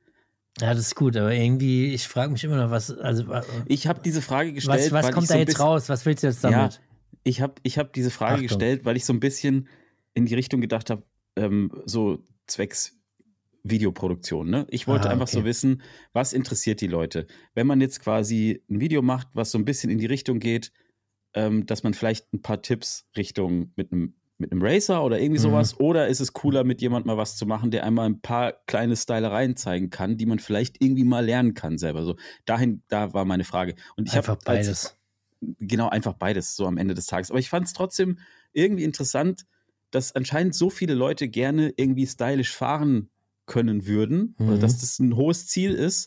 Ja, das ist gut, aber irgendwie, ich frage mich immer noch, was, also. Ich habe diese Frage gestellt. Was, was weil kommt ich da so ein jetzt bisschen, raus? Was willst du jetzt damit? Ja, ich habe ich hab diese Frage Achtung. gestellt, weil ich so ein bisschen in die Richtung gedacht habe, ähm, so zwecks Videoproduktion. Ne? Ich wollte Aha, einfach okay. so wissen, was interessiert die Leute? Wenn man jetzt quasi ein Video macht, was so ein bisschen in die Richtung geht, ähm, dass man vielleicht ein paar Tipps Richtung mit einem mit einem Racer oder irgendwie Mhm. sowas, oder ist es cooler, mit jemandem mal was zu machen, der einmal ein paar kleine Stylereien zeigen kann, die man vielleicht irgendwie mal lernen kann selber. So, dahin, da war meine Frage. Und ich Einfach hab, als- beides. Genau, einfach beides, so am Ende des Tages. Aber ich fand es trotzdem irgendwie interessant, dass anscheinend so viele Leute gerne irgendwie stylisch fahren können würden, Mhm. oder dass das ein hohes Ziel ist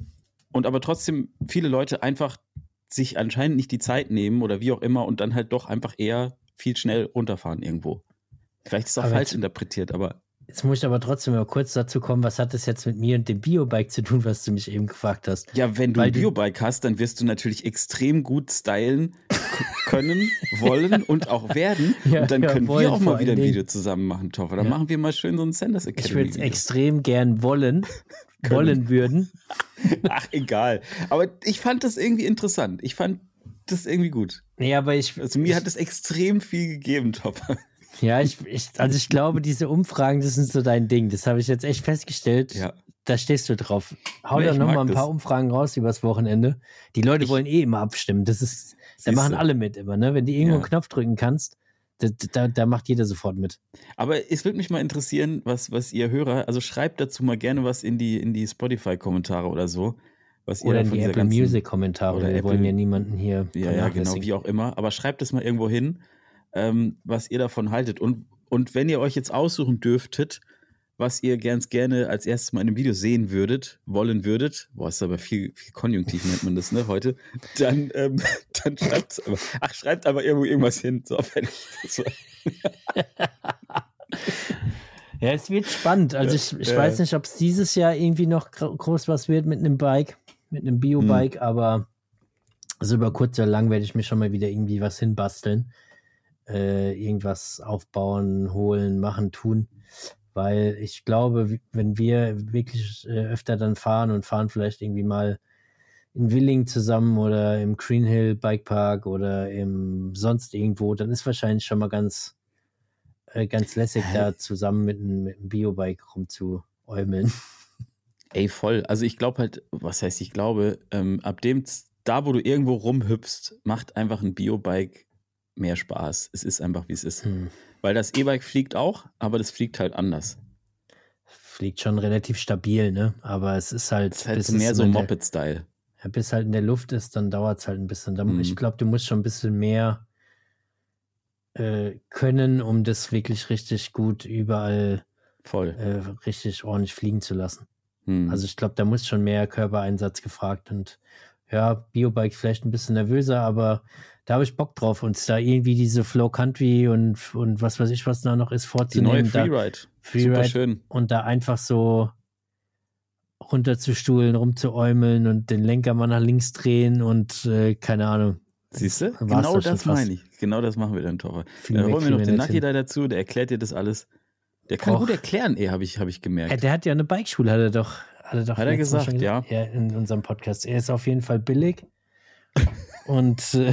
und aber trotzdem viele Leute einfach sich anscheinend nicht die Zeit nehmen oder wie auch immer und dann halt doch einfach eher viel schnell runterfahren irgendwo. Vielleicht ist es auch Aber falsch jetzt- interpretiert, aber Jetzt muss ich aber trotzdem mal kurz dazu kommen, was hat das jetzt mit mir und dem Biobike zu tun, was du mich eben gefragt hast? ja, wenn du Weil ein du- Biobike hast, dann wirst du natürlich extrem gut stylen k- können, wollen und auch werden. Ja, und dann ja, können wollen wir auch vor mal wieder ein allen Dingen. Video zusammen machen, Toffer. Dann Ja. machen wir mal schön so ein Sanders Academy Ich würde es Video. extrem gern wollen, wollen würden. Ach, egal. Aber ich fand das irgendwie interessant. Ich fand das irgendwie gut. Nee, aber ich, Also mir ich hat es extrem viel gegeben, Topper. ja, ich, ich, also ich glaube, diese Umfragen, das sind so dein Ding. Das habe ich jetzt echt festgestellt. Ja. Da stehst du drauf. Hau Nee, doch ich noch mag mal ein paar das. Umfragen raus übers Wochenende. Die Leute Ich- wollen eh immer abstimmen. Das ist, da Siehste. machen alle mit immer, ne? Wenn du irgendwo Ja. einen Knopf drücken kannst, da, da, da macht jeder sofort mit. Aber es würde mich mal interessieren, was, was ihr Hörer, also schreibt dazu mal gerne was in die, in die Spotify-Kommentare oder so. Was ihr Oder da in von die dieser Apple ganzen- Music-Kommentare. oder Wir Apple- wollen ja niemanden hier Ja, ja, genau, vernachlässigen. wie auch immer. Aber schreibt es mal irgendwo hin, ähm, was ihr davon haltet. Und, und wenn ihr euch jetzt aussuchen dürftet, was ihr ganz gerne als erstes mal in einem Video sehen würdet, wollen würdet, boah, ist aber viel, viel Konjunktiv nennt man das, ne, heute, dann, ähm, dann schreibt aber, ach, schreibt aber irgendwo irgendwas hin. So, fertig. Das war- Ja, es wird spannend. Also ich, ich Ja. weiß nicht, ob es dieses Jahr irgendwie noch gro- groß was wird mit einem Bike, mit einem Bio-Bike, Hm. aber also über kurz oder lang werde ich mir schon mal wieder irgendwie was hinbasteln. Äh, irgendwas aufbauen, holen, machen, tun. Weil ich glaube, w- wenn wir wirklich äh, öfter dann fahren und fahren vielleicht irgendwie mal in Willingen zusammen oder im Green Hill Bikepark oder im sonst irgendwo, dann ist wahrscheinlich schon mal ganz äh, ganz lässig, Hä? da zusammen mit einem, mit einem Biobike rumzuäumeln. Ey, voll. Also ich glaube halt, was heißt ich glaube, ähm, ab dem, Z- da wo du irgendwo rumhüpfst, macht einfach ein Biobike mehr Spaß. Es ist einfach, wie es ist. Hm. Weil das E-Bike fliegt auch, aber das fliegt halt anders. Fliegt schon relativ stabil, ne? Aber es ist halt, Es ist halt bis so es mehr so in der- Moped-Style. ja, bis halt in der Luft ist, dann dauert es halt ein bisschen. Dann, Mhm. Ich glaube, du musst schon ein bisschen mehr äh, können, um das wirklich richtig gut überall Voll. äh, richtig ordentlich fliegen zu lassen. Hm. Also ich glaube, da muss schon mehr Körpereinsatz gefragt und ja, Biobike vielleicht ein bisschen nervöser, aber da habe ich Bock drauf, uns da irgendwie diese Flow Country und, und was weiß ich, was da noch ist, Die vorzunehmen. neue da, Freeride. Freeride. Super schön. und da einfach so runterzustuhlen, rumzuäumeln und den Lenker mal nach links drehen und äh, keine Ahnung. Siehst du? War's Genau doch schon das fast. meine ich. Genau das machen wir dann, Toffer. Viel Dann mehr holen wir kriegen noch den nicht Naki hin. da dazu, der erklärt dir das alles. Der kann Och. gut erklären, ey, habe ich, hab ich gemerkt. Äh, der hat ja eine Bikeschule, hat er doch. Hat er, doch Hat er letztes Mal gesagt, schon ja. Ja, in unserem Podcast. Er ist auf jeden Fall billig und äh,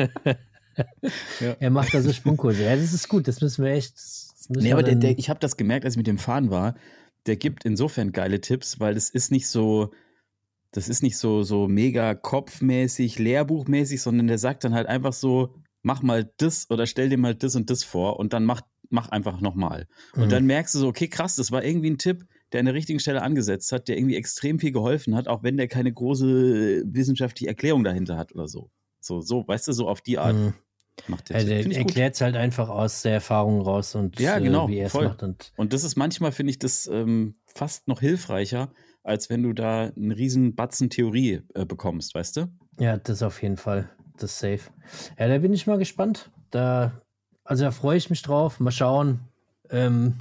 Ja. er macht da so Sprungkurse. Ja, das ist gut, das müssen wir echt. Das müssen Nee, wir aber der, dann- der, ich habe das gemerkt, als ich mit dem Fahren war. Der gibt insofern geile Tipps, weil das ist nicht so, das ist nicht so, so mega kopfmäßig, lehrbuchmäßig, sondern der sagt dann halt einfach so, mach mal das oder stell dir mal das und das vor und dann mach, mach einfach nochmal. Und Mhm. dann merkst du so, okay, krass, das war irgendwie ein Tipp, der an der richtigen Stelle angesetzt hat, der irgendwie extrem viel geholfen hat, auch wenn der keine große wissenschaftliche Erklärung dahinter hat oder so. So, so, weißt du, so auf die Art Mhm. macht der Also Tipp. der Find ich gut. erklärt es halt einfach aus der Erfahrung raus und Ja, genau, äh, wie er es voll. macht. Und Und das ist manchmal, finde ich, das ähm, fast noch hilfreicher, als wenn du da einen riesen Batzen Theorie äh, bekommst, weißt du? Ja, das auf jeden Fall. Das ist safe. Ja, da bin ich mal gespannt. Da, also da freue ich mich drauf. Mal schauen, ähm,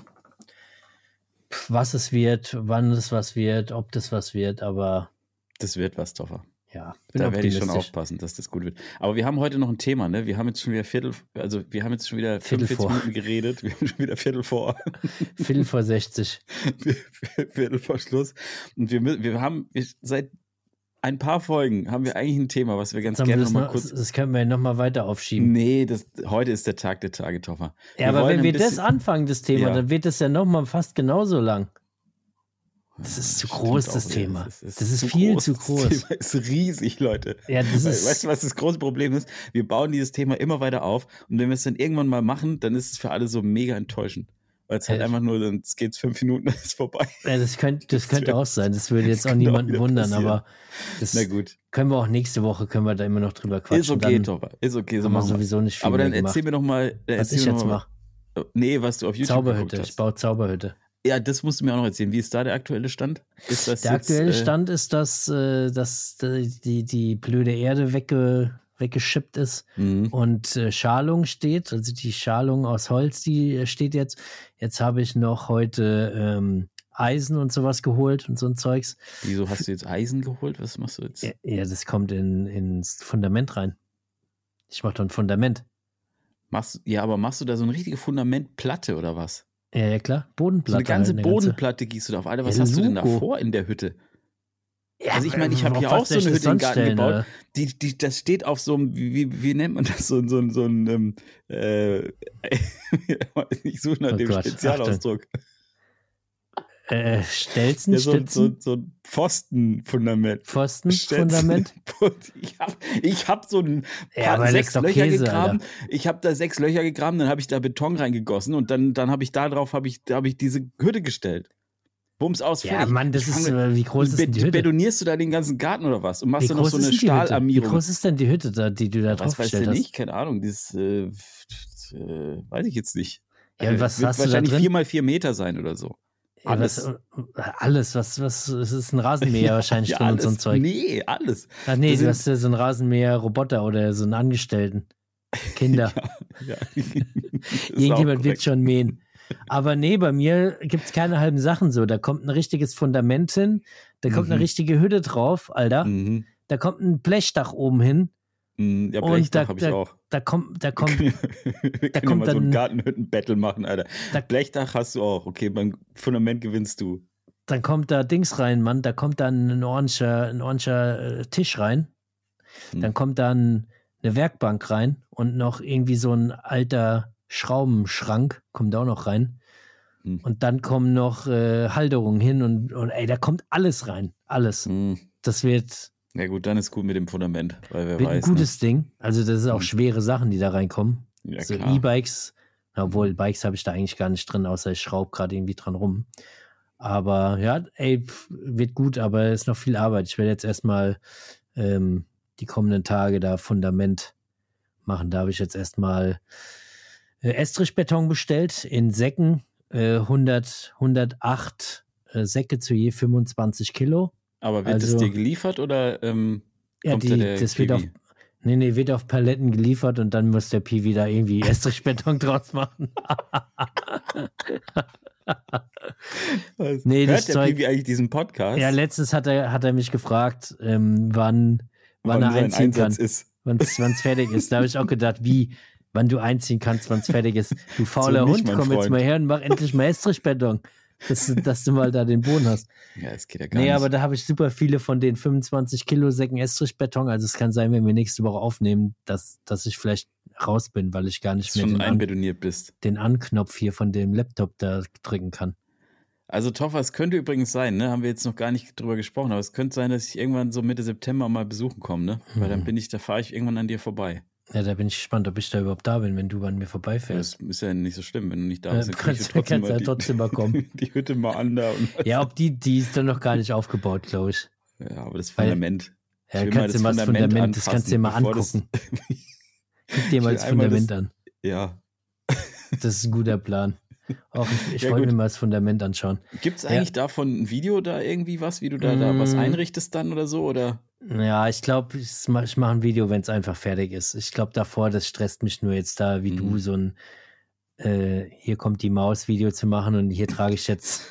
was es wird, wann es was wird, ob das was wird, aber das wird was, Toffer. Ja, bin da werde ich schon aufpassen, dass das gut wird. Aber wir haben heute noch ein Thema, ne? Wir haben jetzt schon wieder Viertel, also wir haben jetzt schon wieder fünfundvierzig Minuten geredet. Wir haben schon wieder Viertel vor. Viertel vor sechzig. Viertel vor Schluss. Und wir, wir haben wir, seit ein paar Folgen haben wir eigentlich ein Thema, was wir ganz Jetzt gerne wir nochmal noch, kurz. Das können wir ja nochmal weiter aufschieben. Nee, das, heute ist der Tag der Tage, Toffer. Ja, aber wenn wir das anfangen, das Thema, ja. dann wird das ja nochmal fast genauso lang. Das ist zu groß, das Thema. Das ist, das ist viel zu groß. Das Thema ist riesig, Leute. Ja, das ist weißt du, was das große Problem ist? Wir bauen dieses Thema immer weiter auf und wenn wir es dann irgendwann mal machen, dann ist es für alle so mega enttäuschend. Weil es halt ja. einfach nur, dann geht es fünf Minuten, dann ist es vorbei. Ja, das könnte, das könnte auch sein. Das würde jetzt auch niemanden wundern, passieren. Aber das Na gut. können wir auch nächste Woche, können wir da immer noch drüber quatschen. Ist okay, Topper. Ist okay, so haben wir machen sowieso nicht viel Aber dann mehr erzähl gemacht. mir doch mal. Was ich jetzt mache. Nee, was du auf YouTube Zauberhütte, hast. Ich baue Zauberhütte. Ja, das musst du mir auch noch erzählen. Wie ist da der aktuelle Stand? Ist das der jetzt, aktuelle äh, Stand ist, dass, äh, dass die, die blöde Erde wegge, weggeschippt ist mhm. und äh, Schalung steht. Also die Schalung aus Holz, die steht jetzt. Jetzt habe ich noch heute ähm, Eisen und sowas geholt und so ein Zeugs. Wieso hast du jetzt Eisen geholt? Was machst du jetzt? Ja, ja das kommt in, ins Fundament rein. Ich mache da ein Fundament. Machst, ja, aber machst du da so eine richtige Fundamentplatte oder was? Ja, ja, klar. Bodenplatte. So eine ganze halt, eine Bodenplatte gießt du da auf. Alter, was ja, hast Logo. du denn da vor in der Hütte? Ja, also ich meine, ich habe hier auch so eine Hütte im Garten stellen, gebaut. Die, die, das steht auf so einem, wie, wie, wie nennt man das? So, so, so ein, äh, ich suche nach oh dem Gott, Spezialausdruck. Äh, Stelzen, ja, so, Stützen? So, so ein Pfostenfundament. Pfostenfundament? Ich habe ich hab so ein ja, paar, sechs Löcher Käse, gegraben. Alter. Ich habe da sechs Löcher gegraben, dann habe ich da Beton reingegossen und dann, dann habe ich da drauf hab ich, hab ich diese Hütte gestellt. Bums aus, Ja, fertig. Mann, das ist, äh, wie groß ist denn die Hütte? Betonierst du da den ganzen Garten oder was? Und machst du noch so eine Stahlarmierung? Wie groß ist denn die Hütte, da, die du da drauf gestellt hast? Was weißt du nicht? Keine Ahnung. Dieses, äh, äh, weiß ich jetzt nicht. Ja, was wird hast du wahrscheinlich da drin? vier mal vier Meter sein oder so. Alles. Ja, was, alles, was, was, es ist ein Rasenmäher wahrscheinlich ja, drin alles. und so ein Zeug. Nee, alles. Ach nee, das du hast ja so einen Rasenmäher-Roboter oder so einen Angestellten. Kinder. ja, ja. Irgendjemand wird schon mähen. Aber nee, bei mir gibt es keine halben Sachen so. Da kommt ein richtiges Fundament hin, da kommt mhm. eine richtige Hütte drauf, Alter. Mhm. Da kommt ein Blechdach oben hin. Mhm, ja, Blechdach habe ich auch. Da kommt, da kommt, wir da können kommt mal dann so ein Gartenhütten-Battle machen, Alter. Da, Blechdach hast du auch. Okay, beim Fundament gewinnst du. Dann kommt da Dings rein, Mann. Da kommt dann ein ordentlicher, ein ordentlicher äh, Tisch rein. Hm. Dann kommt dann eine Werkbank rein und noch irgendwie so ein alter Schraubenschrank kommt auch noch rein. Hm. Und dann kommen noch äh, Halterungen hin und, und ey, da kommt alles rein. Alles. Hm. Das wird. Ja gut, dann ist gut mit dem Fundament, weil wer wird weiß. Ein gutes ne? Ding. Also das sind auch hm. schwere Sachen, die da reinkommen. Ja, so klar. E-Bikes, obwohl Bikes habe ich da eigentlich gar nicht drin, außer ich schraube gerade irgendwie dran rum. Aber ja, ey, pff, wird gut, aber es ist noch viel Arbeit. Ich werde jetzt erstmal ähm, die kommenden Tage da Fundament machen. Da habe ich jetzt erstmal äh, Estrichbeton bestellt in Säcken, äh, hundert, hundertacht äh, Säcke zu je fünfundzwanzig Kilo. Aber wird also, das dir geliefert oder ähm, ja, kommt die, da der das Kiwi? wird auf Nee, nee, wird auf Paletten geliefert und dann muss der Piwi da irgendwie Estrichbeton draus machen. nee, Hört der Zeug, Piwi eigentlich diesen Podcast? Ja, letztens hat er, hat er mich gefragt, ähm, wann, wann, wann er einziehen Einsatz kann. Wann es fertig ist. Da habe ich auch gedacht, wie, wann du einziehen kannst, wann es fertig ist. Du fauler so Hund, komm Freund. Jetzt mal her und mach endlich mal Estrichbeton. Dass, dass du mal da den Boden hast. Ja, es geht ja gar nee, nicht. aber da habe ich super viele von den fünfundzwanzig Kilo Säcken Estrichbeton. Also es kann sein, wenn wir nächste Woche aufnehmen, dass, dass ich vielleicht raus bin, weil ich gar nicht mehr schon den, einbetoniert bist. den Anknopf hier von dem Laptop da drücken kann. Also Toffer, es könnte übrigens sein, ne, haben wir jetzt noch gar nicht drüber gesprochen, aber es könnte sein, dass ich irgendwann so Mitte September mal besuchen komme, ne? Weil dann bin ich, da fahre ich irgendwann an dir vorbei. Ja, da bin ich gespannt, ob ich da überhaupt da bin, wenn du an mir vorbeifährst. Das ist ja nicht so schlimm, wenn du nicht da bist. Ja, dann kannst, du trotzdem, kannst mal ja trotzdem mal kommen. Die Hütte mal an da. Und ja, ob die, die ist dann noch gar nicht aufgebaut, glaube ich. Ja, aber das Fundament. Weil, ja, kannst du mal das Fundament, Fundament das kannst du dir mal angucken. Guck dir mal das Fundament das, an. Ja. Das ist ein guter Plan. Auch ich ich Ja, wollte gut. mir mal das Fundament anschauen. Gibt es Ja. eigentlich davon ein Video da irgendwie was, wie du da, da was Mm. einrichtest dann oder so? Oder? Ja, ich glaube, ich mache ich mach ein Video, wenn es einfach fertig ist. Ich glaube davor, das stresst mich nur jetzt da, wie Mhm. du, so ein äh, hier kommt die Maus-Video zu machen und hier trage ich jetzt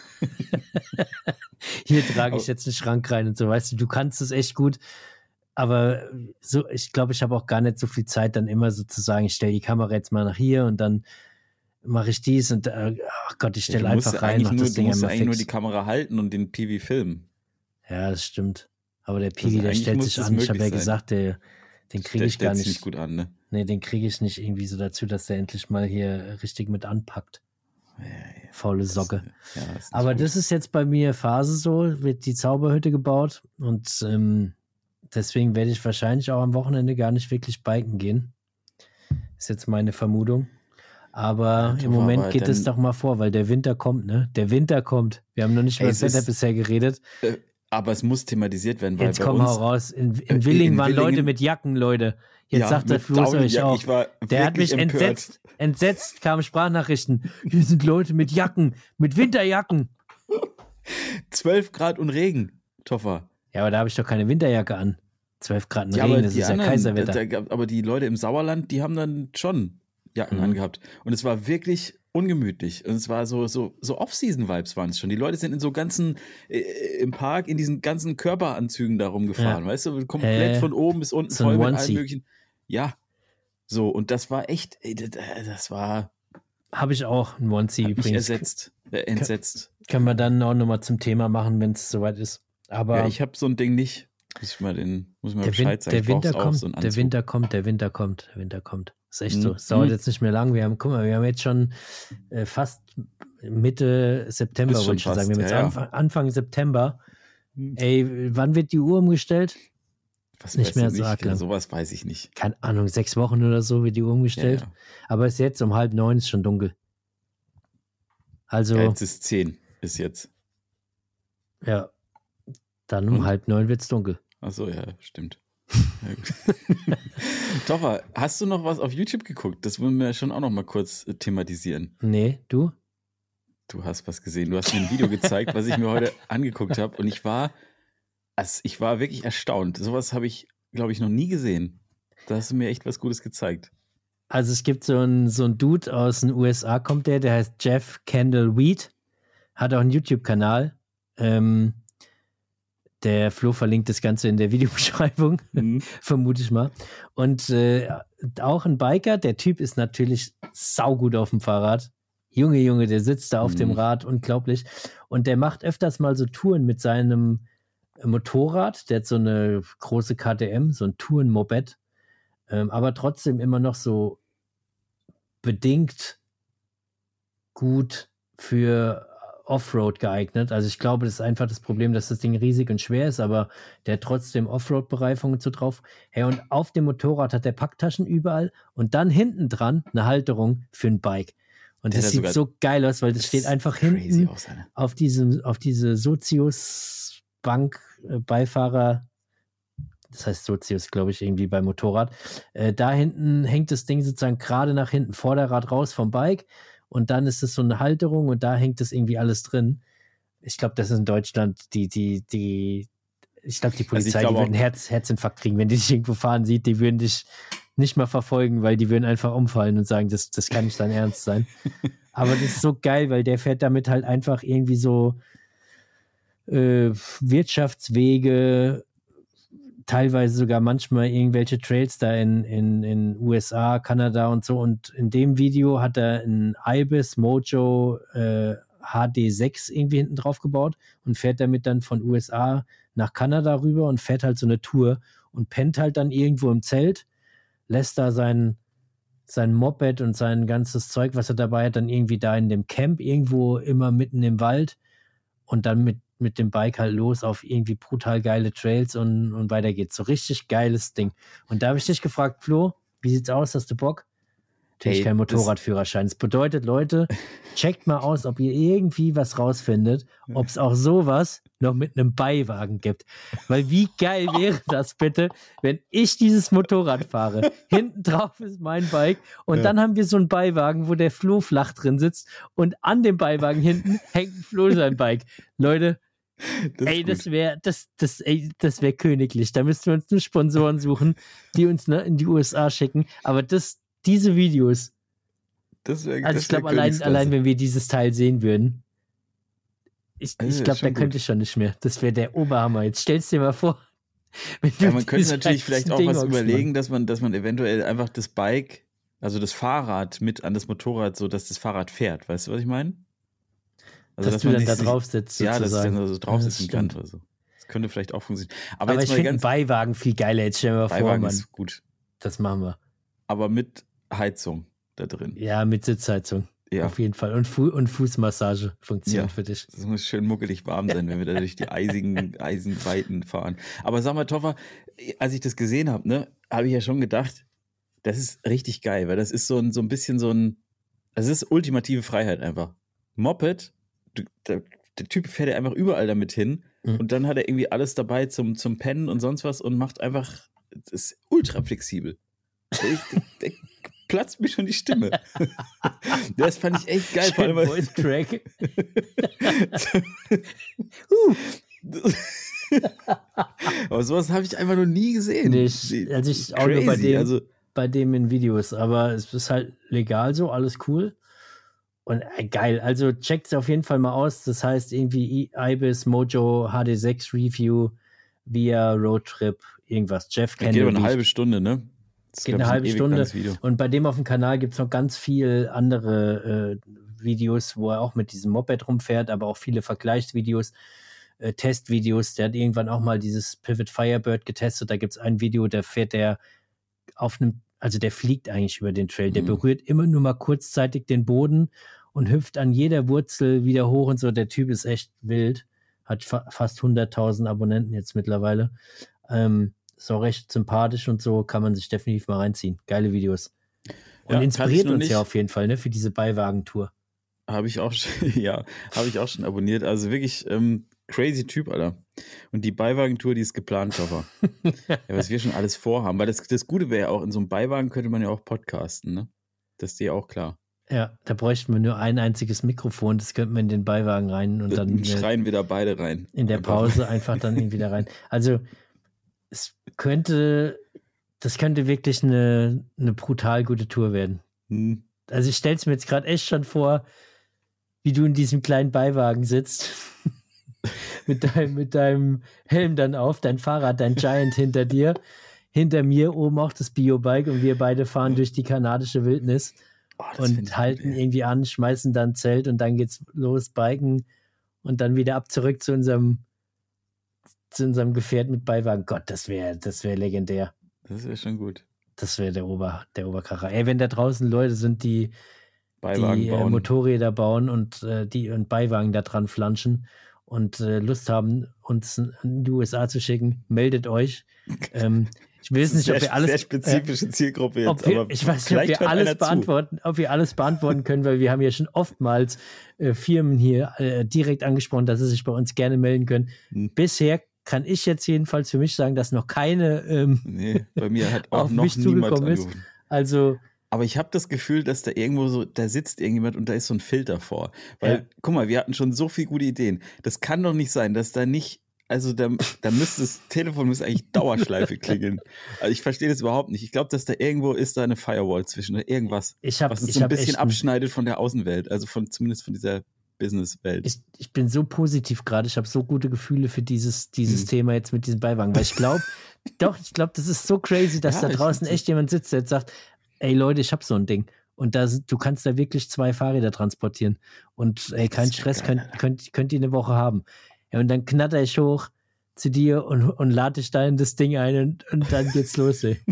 hier trage ich Aber- jetzt einen Schrank rein und so, weißt du, du kannst es echt gut, aber so, ich glaube, ich habe auch gar nicht so viel Zeit, dann immer so zu sagen, ich stelle die Kamera jetzt mal nach hier und dann mache ich dies und äh, ach Gott, ich Ja, stelle du musst einfach ja rein, eigentlich mach nur, das du Ding musst ja einmal eigentlich nur fix. die Kamera halten und den P V filmen. Ja, das stimmt. Aber der Also Piwi, der eigentlich stellt muss sich das an. Ich habe möglich ja sein. gesagt, der, den kriege Der ich gar stellt nicht. ziemlich gut an, ne? Nee, den kriege ich nicht irgendwie so dazu, dass der endlich mal hier richtig mit anpackt. Ja, ja, Faule das, Socke. ja, das ist nicht Aber gut. das ist jetzt bei mir Phase so, wird die Zauberhütte gebaut und ähm, deswegen werde ich wahrscheinlich auch am Wochenende gar nicht wirklich biken gehen. Ist jetzt meine Vermutung. Aber Ja, im Toffer, Moment aber geht es dann- doch mal vor, weil der Winter kommt, ne? Der Winter kommt. Wir haben noch nicht Ey, über es das Wetter ist- bisher geredet. Äh, aber es muss thematisiert werden, weil Jetzt bei komm uns, hau raus. In, äh, in Willingen in waren Leute Willingen- mit Jacken, Leute. Jetzt ja, sagt der mit Flo es euch Daunenjacken. auch. Ich war Der hat mich wirklich empört. entsetzt. Entsetzt kamen Sprachnachrichten. Hier sind Leute mit Jacken, mit Winterjacken. zwölf Grad und Regen, Toffer. Ja, aber da habe ich doch keine Winterjacke an. zwölf Grad und Ja, Regen, aber das die ist ja anderen, Kaiserwetter. da, da, aber die Leute im Sauerland, die haben dann schon Jacken Mhm. angehabt. Und es war wirklich ungemütlich. Und es war so, so, so Off-Season-Vibes waren es schon. Die Leute sind in so ganzen, äh, im Park, in diesen ganzen Körperanzügen da rumgefahren, weißt du? Komplett Äh, von oben bis unten so voll ein mit Onesie. allen möglichen. Ja. So, und das war echt, ey, das, das war Habe ich auch ein Onesie hat mich übrigens. ersetzt, äh, entsetzt. Können wir dann auch nochmal zum Thema machen, wenn es soweit ist. Aber Ja, ich habe so ein Ding nicht. Muss ich mal den, muss ich mal der, Win Bescheid sagen. der Ich brauch's Winter auch, kommt, so einen der Anzug. Winter kommt, der Winter kommt, der Winter kommt. Ist echt Mhm. so. Es dauert Mhm. jetzt nicht mehr lang. Wir haben, guck mal, wir haben jetzt schon äh, fast Mitte September, Ist schon wollte ich schon sagen. Wir haben fast, jetzt ja, ja. Anfang, Anfang September. Mhm. Ey, wann wird die Uhr umgestellt? Was nicht weißt mehr du so arg lang. Sowas weiß ich nicht. Keine Ahnung, sechs Wochen oder so wird die Uhr umgestellt. Ja, ja. Aber es ist jetzt um halb neun, ist schon dunkel. Also, Ja, ja, jetzt ist zehn, ist jetzt. dann um Und? halb neun wird es dunkel. Achso, ja, stimmt. Ja, gut. Toffer, hast du noch was auf YouTube geguckt? Das wollen wir schon auch noch mal kurz äh, thematisieren. Nee, du? Du hast was gesehen. Du hast mir ein Video gezeigt, was ich mir heute angeguckt habe. Und ich war, also ich war wirklich erstaunt. Sowas habe ich, glaube ich, noch nie gesehen. Da hast du mir echt was Gutes gezeigt. Also es gibt so einen so ein Dude aus den U S A, kommt der, der heißt Jeff Kendall Weed, hat auch einen YouTube-Kanal. Ähm, der Flo verlinkt das Ganze in der Videobeschreibung, Mhm. vermute ich mal. Und äh, auch ein Biker, der Typ ist natürlich saugut auf dem Fahrrad. Junge, Junge, der sitzt da auf Mhm. dem Rad, unglaublich. Und der macht öfters mal so Touren mit seinem Motorrad. Der hat so eine große K T M, so ein Tourenmoped. Ähm, aber trotzdem immer noch so bedingt gut für Offroad geeignet. Also ich glaube, das ist einfach das Problem, dass das Ding riesig und schwer ist, aber der hat trotzdem Offroad-Bereifungen so drauf. Hey, und auf dem Motorrad hat der Packtaschen überall und dann hinten dran eine Halterung für ein Bike. Und Der das hat sieht sogar- so geil aus, weil das, Das steht ist einfach crazy hinten aus, Alter. auf diesem, auf diese Sozius-Bank äh, Beifahrer, das heißt Sozius, glaube ich, irgendwie bei Motorrad. Äh, da hinten hängt das Ding sozusagen gerade nach hinten, Vorderrad raus vom Bike und dann ist es so eine Halterung und da hängt das irgendwie alles drin. Ich glaube, das ist in Deutschland die, die, die, ich glaube, die Also ich Polizei, glaube die auch- würden einen Herz, Herzinfarkt kriegen, wenn die dich irgendwo fahren sieht, die würden dich nicht mal verfolgen, weil die würden einfach umfallen und sagen, das, das kann nicht dein Ernst sein. Aber das ist so geil, weil der fährt damit halt einfach irgendwie so äh, Wirtschaftswege, teilweise sogar manchmal irgendwelche Trails da in, in, in U S A, Kanada und so. Und in dem Video hat er ein Ibis Mojo äh, H D sechs irgendwie hinten drauf gebaut und fährt damit dann von U S A nach Kanada rüber und fährt halt so eine Tour und pennt halt dann irgendwo im Zelt, lässt da sein, sein Moped und sein ganzes Zeug, was er dabei hat, dann irgendwie da in dem Camp irgendwo immer mitten im Wald und dann mit, mit dem Bike halt los auf irgendwie brutal geile Trails und, und weiter geht's. So richtig geiles Ding. Und da habe ich dich gefragt, Flo, wie sieht's aus? Hast du Bock? Natürlich Ey, kein das- Motorradführerschein. Das bedeutet, Leute, checkt mal aus, ob ihr irgendwie was rausfindet, ob es auch sowas noch mit einem Beiwagen gibt. Weil wie geil wäre das bitte, wenn ich dieses Motorrad fahre, hinten drauf ist mein Bike und Ja. dann haben wir so einen Beiwagen, wo der Flo flach drin sitzt und an dem Beiwagen hinten hängt Flo sein Bike. Leute, Das ist ey, das gut. wäre das, das, ey, das wär königlich. Da müssten wir uns nur Sponsoren suchen, die uns ne, in die U S A schicken. Aber das, diese Videos, Das wär, also das ich glaube, wär allein, Königsklasse. allein wenn wir dieses Teil sehen würden, ich, Also, ich glaube, schon da könnte gut. ich schon nicht mehr. Das wäre der Oberhammer. Jetzt stellst dir mal vor, wenn du Ja, man könnte dieses natürlich vielleicht ganze auch Ding was hockst, überlegen, dass man, dass man eventuell einfach das Bike, also das Fahrrad mit an das Motorrad, so dass das Fahrrad fährt. Weißt du, was ich meine? Also, dass, du dann sich da sich- drauf sitzt, Ja, dass ich sozusagen. dann so drauf Ja, das sitzen kann stimmt. oder so. Das könnte vielleicht auch funktionieren. Aber, Aber, jetzt ich mal finde einen ganz, Beiwagen viel geiler. Jetzt stell dir mal vor, Beiwagen Mann. ist gut. Das machen wir. Aber mit Heizung da drin. Ja, mit Sitzheizung. Ja, Auf jeden Fall. Und, Fu und Fußmassage funktioniert Ja. für dich. das muss schön muckelig warm sein, wenn wir da durch die eisigen, Eisenweiten fahren. Aber sag mal, Toffer, als ich das gesehen habe, ne, habe ich ja schon gedacht, das ist richtig geil, weil das ist so ein, so ein bisschen so ein, das ist ultimative Freiheit einfach. Moped, du, der, der Typ fährt ja einfach überall damit hin Mhm. und dann hat er irgendwie alles dabei zum, zum Pennen und sonst was und macht einfach, das ist ultra flexibel. Der, der, der platzt mir schon die Stimme. Das fand ich echt geil. Vor allem, weil- Voice Crack. Aber sowas habe ich einfach noch nie gesehen. Nicht. Die- Also ich auch nur bei crazy. dem, Also, bei dem in Videos, aber es ist halt legal so, alles cool. Und äh, geil, also checkt es auf jeden Fall mal aus. Das heißt irgendwie I- Ibis Mojo H D sechs Review via Roadtrip, irgendwas. Jeff geht aber eine Kendall. halbe Stunde, ne? Das ist, Geht glaub eine ich, ein halbe ewig Stunde. langes Video. Und bei dem auf dem Kanal gibt es noch ganz viel andere äh, Videos, wo er auch mit diesem Moped rumfährt, aber auch viele Vergleichsvideos, äh, Testvideos. Der hat irgendwann auch mal dieses Pivot Firebird getestet. Da gibt es ein Video, da fährt der auf einem, also der fliegt eigentlich über den Trail. Der Mhm. berührt immer nur mal kurzzeitig den Boden und hüpft an jeder Wurzel wieder hoch und so. Der Typ ist echt wild. Hat fa fast hunderttausend Abonnenten jetzt mittlerweile. Ähm, ist auch recht sympathisch und so, kann man sich definitiv mal reinziehen. Geile Videos. Und Ja, kann inspiriert ich noch uns ja nicht. auf jeden Fall, ne, für diese Beiwagentour. Habe ich auch schon, ja, habe ich auch schon abonniert. Also wirklich ähm, crazy Typ, Alter. Und die Beiwagentour, die ist geplant, Toffer. Ja, was wir schon alles vorhaben. Weil das, das Gute wäre ja auch, in so einem Beiwagen könnte man ja auch podcasten, ne? Das ist dir auch klar. Ja, da bräuchten wir nur ein einziges Mikrofon, das könnten wir in den Beiwagen rein und dann Dann äh, schreien wir da beide rein. in der Einfach. Pause einfach dann irgendwie da rein. Also es könnte, das könnte wirklich eine, eine brutal gute Tour werden. Hm. Also ich stelle es mir jetzt gerade echt schon vor, wie du in diesem kleinen Beiwagen sitzt, mit, deinem, mit deinem Helm dann auf, dein Fahrrad, dein Giant hinter dir, hinter mir oben auch das Biobike und wir beide fahren durch die kanadische Wildnis Oh, das find und ich halten gut, ey. irgendwie an, schmeißen dann Zelt und dann geht's los, biken und dann wieder ab zurück zu unserem zu unserem Gefährt mit Beiwagen. Gott, das wäre das wäre legendär. Das wäre schon gut. Das wäre der Ober der Oberkracher. Ey, wenn da draußen Leute sind, die Beiwagen die äh, bauen. Motorräder bauen und äh, die und Beiwagen da dran flanschen und äh, Lust haben, uns in die U S A zu schicken, meldet euch. Ähm, ich weiß nicht, sehr, ob wir alles sehr spezifische Zielgruppe jetzt, ob wir, aber ich weiß nicht, ob vielleicht wir hört alles einer zu. beantworten, ob wir alles beantworten können, weil wir haben ja schon oftmals äh, Firmen hier äh, direkt angesprochen, dass sie sich bei uns gerne melden können. Hm. Bisher kann ich jetzt jedenfalls für mich sagen, dass noch keine, ähm, Nee, bei mir hat auch auf noch mich niemand zugekommen ist. angerufen. also Aber ich habe das Gefühl, dass da irgendwo so, da sitzt irgendjemand und da ist so ein Filter vor. Weil, Ja. guck mal, wir hatten schon so viele gute Ideen. Das kann doch nicht sein, dass da nicht, also da, da müsste das Telefon müsste eigentlich Dauerschleife klingeln. Also ich verstehe das überhaupt nicht. Ich glaube, dass da irgendwo ist da eine Firewall zwischen oder irgendwas, ich habe was es ich so ein hab bisschen echt ein, abschneidet von der Außenwelt, also von zumindest von dieser Businesswelt. ich, ich bin so positiv gerade, ich habe so gute Gefühle für dieses, dieses Hm. Thema jetzt mit diesem Beiwagen, weil ich glaube, doch, ich glaube, das ist so crazy, dass Ja, da ich draußen find's- echt jemand sitzt, der jetzt sagt, ey Leute, ich habe so ein Ding. Und da, sind- du kannst da wirklich zwei Fahrräder transportieren. Und ey, kein Das wär Stress, geil, könnt, Alter. könnt, könnt ihr eine Woche haben. Ja, und dann knatter ich hoch zu dir und, und lade dich da in das Ding ein und, und dann geht's los, ey.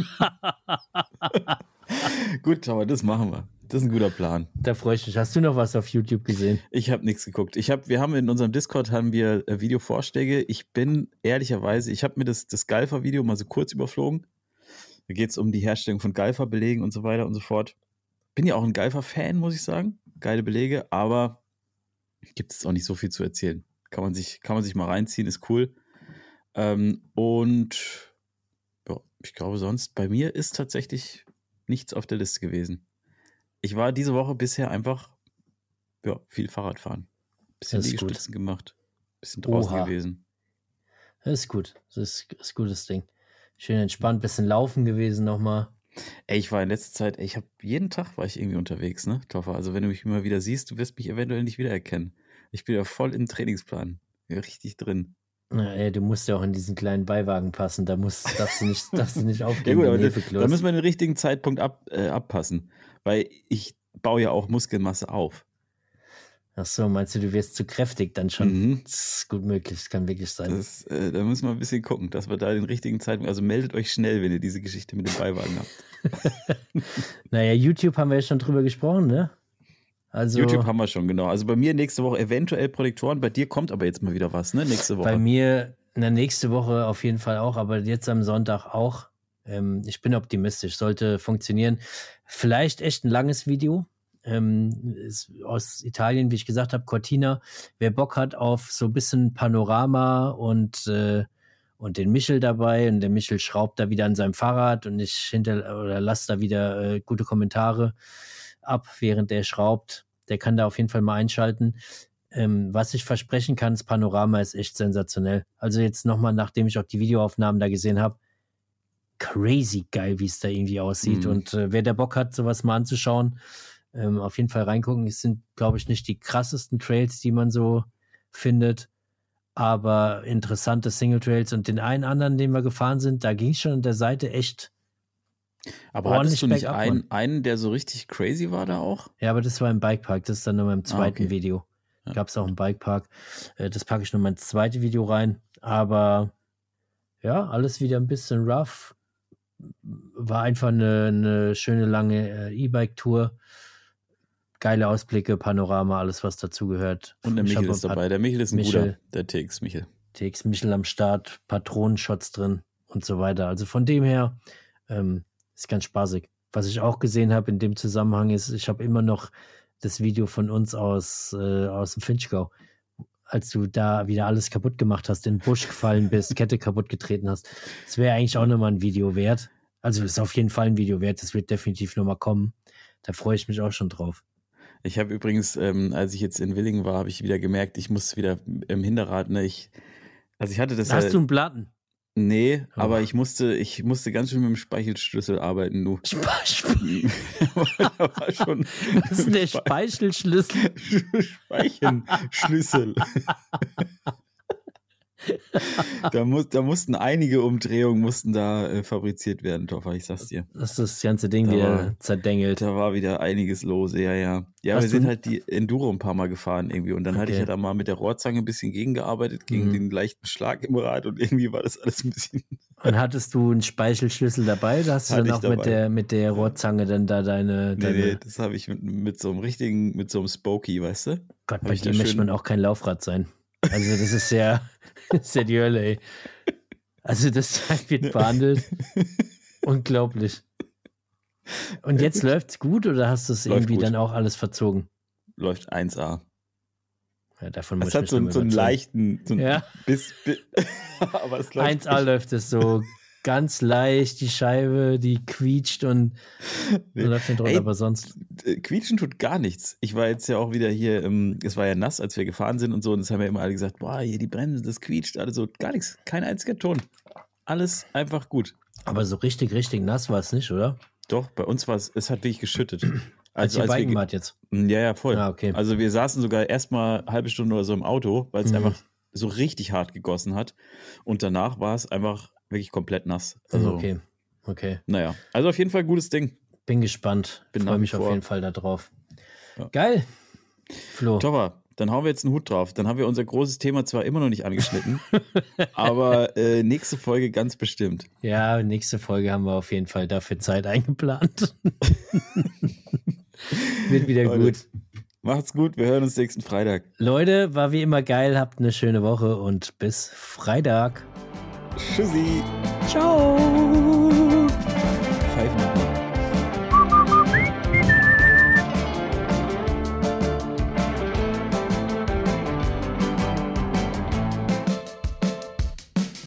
Gut, aber das machen wir. Das ist ein guter Plan. Da freue ich mich. Hast du noch was auf YouTube gesehen? Ich habe nichts geguckt. Ich habe, wir haben in unserem Discord haben wir äh, Videovorschläge. Ich bin ehrlicherweise, ich habe mir das, das Galfa-Video mal so kurz überflogen. Da geht es um die Herstellung von Galfa-Belegen und so weiter und so fort. bin ja auch ein Geifer-Fan, muss ich sagen. Geile Belege, aber gibt es auch nicht so viel zu erzählen. Kann man sich, kann man sich mal reinziehen, ist cool. Ähm, und ja, ich glaube sonst, bei mir ist tatsächlich nichts auf der Liste gewesen. Ich war diese Woche bisher einfach ja, viel Fahrradfahren. Bisschen Liegestützen gemacht. Bisschen draußen Oha. gewesen. Das ist gut. Das ist, das ist ein gutes Ding. Schön entspannt, bisschen laufen gewesen nochmal. Ey, ich war in letzter Zeit, ey, ich habe jeden Tag war ich irgendwie unterwegs, ne, Toffer? Also wenn du mich immer wieder siehst, du wirst mich eventuell nicht wiedererkennen. Ich bin ja voll im Trainingsplan. Ja, richtig drin. Na, ey, du musst ja auch in diesen kleinen Beiwagen passen. Da musst, darfst du nicht, darfst du nicht aufgehen. Ja gut, aber da, da müssen wir den richtigen Zeitpunkt ab, äh, abpassen. Weil ich baue ja auch Muskelmasse auf. Ach so, meinst du, du wirst zu kräftig dann schon? Mhm. Das ist gut möglich, das kann wirklich sein. Das, äh, da müssen wir ein bisschen gucken, dass wir da den richtigen Zeitpunkt, also meldet euch schnell, wenn ihr diese Geschichte mit dem Beiwagen habt. Naja, YouTube haben wir ja schon drüber gesprochen, ne? Also, YouTube haben wir schon, genau. Also bei mir nächste Woche eventuell Projektoren, bei dir kommt aber jetzt mal wieder was, ne? Nächste Woche. Bei mir, na, nächste Woche auf jeden Fall auch, aber jetzt am Sonntag auch. Ähm, ich bin optimistisch, sollte funktionieren. Vielleicht echt ein langes Video. Ähm, ist aus Italien, wie ich gesagt habe, Cortina. Wer Bock hat auf so ein bisschen Panorama und, äh, und den Michel dabei und der Michel schraubt da wieder an seinem Fahrrad und ich hinter oder lasse da wieder äh, gute Kommentare ab, während der schraubt. Der kann da auf jeden Fall mal einschalten. Ähm, was ich versprechen kann, das Panorama ist echt sensationell. Also jetzt nochmal, nachdem ich auch die Videoaufnahmen da gesehen habe, crazy geil, wie es da irgendwie aussieht. Mhm. Und äh, wer da Bock hat, sowas mal anzuschauen, ähm, auf jeden Fall reingucken. Es sind, glaube ich, nicht die krassesten Trails, die man so findet, aber interessante Single-Trails. Und den einen anderen, den wir gefahren sind, da ging es schon an der Seite echt aber ordentlich hattest du nicht bergab, einen, Mann. einen, der so richtig crazy war da auch? Ja, aber das war im Bikepark. Das ist dann nochmal im zweiten okay. Video. Ja. Gab es auch im Bikepark. Äh, das packe ich nochmal ins zweite Video rein. Aber ja, alles wieder ein bisschen rough. War einfach eine, eine schöne lange äh, E-Bike-Tour. Geile Ausblicke, Panorama, alles was dazugehört. Und der Ich Michel hab ist ein paar dabei. Der Michel ist ein Michel. guter. Der T X Michel. T X Michel am Start, Patronenshots drin und so weiter. Also von dem her ähm, ist ganz spaßig. Was ich auch gesehen habe in dem Zusammenhang ist, ich habe immer noch das Video von uns aus, äh, aus dem Finchgau, als du da wieder alles kaputt gemacht hast, in den Busch gefallen bist, Kette kaputt getreten hast. Das wäre eigentlich auch nochmal ein Video wert. Also ist auf jeden Fall ein Video wert. Das wird definitiv nochmal kommen. Da freue ich mich auch schon drauf. Ich habe übrigens, ähm, als ich jetzt in Willingen war, habe ich wieder gemerkt, ich muss wieder im Hinterrad, ne, ich, also ich hatte das Hast ja, du einen Platten? nee, Oh. aber ich musste, ich musste ganz schön mit dem Speichelschlüssel arbeiten, du. Speichel. Da war schon Was ist denn der Speichelschlüssel? Speichenschlüssel. Da, muss, da mussten einige Umdrehungen mussten da äh, fabriziert werden, Toffer, ich sag's dir. Das ist das ganze Ding Da wieder war- zerdengelt. Da war wieder einiges los, ja, ja. Ja, Hast wir sind du- halt die Enduro ein paar Mal gefahren irgendwie und dann hatte ich Okay. ja da mal mit der Rohrzange ein bisschen gegengearbeitet, gegen Mhm. den leichten Schlag im Rad und irgendwie war das alles ein bisschen... Und hattest du einen Speichelschlüssel dabei? Oder hast du Hatte dann ich auch mit dabei. der, mit der Rohrzange dann da deine. Nee, deine nee, das habe ich mit, mit so einem richtigen, mit so einem Spokey, weißt du? Gott, hab bei ich dir da möchte schön- man auch kein Laufrad sein. Also, das ist ja, das ist ja die Hölle, ey. Also, das wird behandelt. Unglaublich. Und Ja, jetzt gut. läuft's gut oder hast du es Läuft irgendwie gut. dann auch alles verzogen? Läuft eins A. Ja, davon muss Es ich hat mich so, noch einen- so einen überzeugen. leichten, so einen Ja. bis, bis aber es läuft eins A läuft es so ganz leicht, die Scheibe, die quietscht und Nee. läuft nicht runter, Ey, aber sonst. Äh, Quietschen tut gar nichts. Ich war jetzt ja auch wieder hier, ähm, es war ja nass, als wir gefahren sind und so, und das haben ja immer alle gesagt, boah, hier die Bremse, das quietscht, alles so, gar nichts, kein einziger Ton. Alles einfach gut. Aber so richtig, richtig nass war es nicht, oder? Doch, bei uns war es, es hat wirklich geschüttet. Als Also ihr als biken wir, wart jetzt. ja, ja, voll. Ah, okay. Also wir saßen sogar erstmal eine halbe Stunde oder so im Auto, weil es Mhm. einfach so richtig hart gegossen hat. Und danach war es einfach wirklich komplett nass. Also, okay, okay. naja, also auf jeden Fall gutes Ding. Bin gespannt. Bin nach Freue wie mich auf vor- jeden Fall da drauf. Ja. Geil. Flo. Topper, dann hauen wir jetzt einen Hut drauf. Dann haben wir unser großes Thema zwar immer noch nicht angeschnitten, aber äh, nächste Folge ganz bestimmt. Ja, nächste Folge haben wir auf jeden Fall dafür Zeit eingeplant. Wird wieder Leute. gut. Macht's gut, wir hören uns nächsten Freitag. Leute, war wie immer geil. Habt eine schöne Woche und bis Freitag. Tschüssi. Ciao.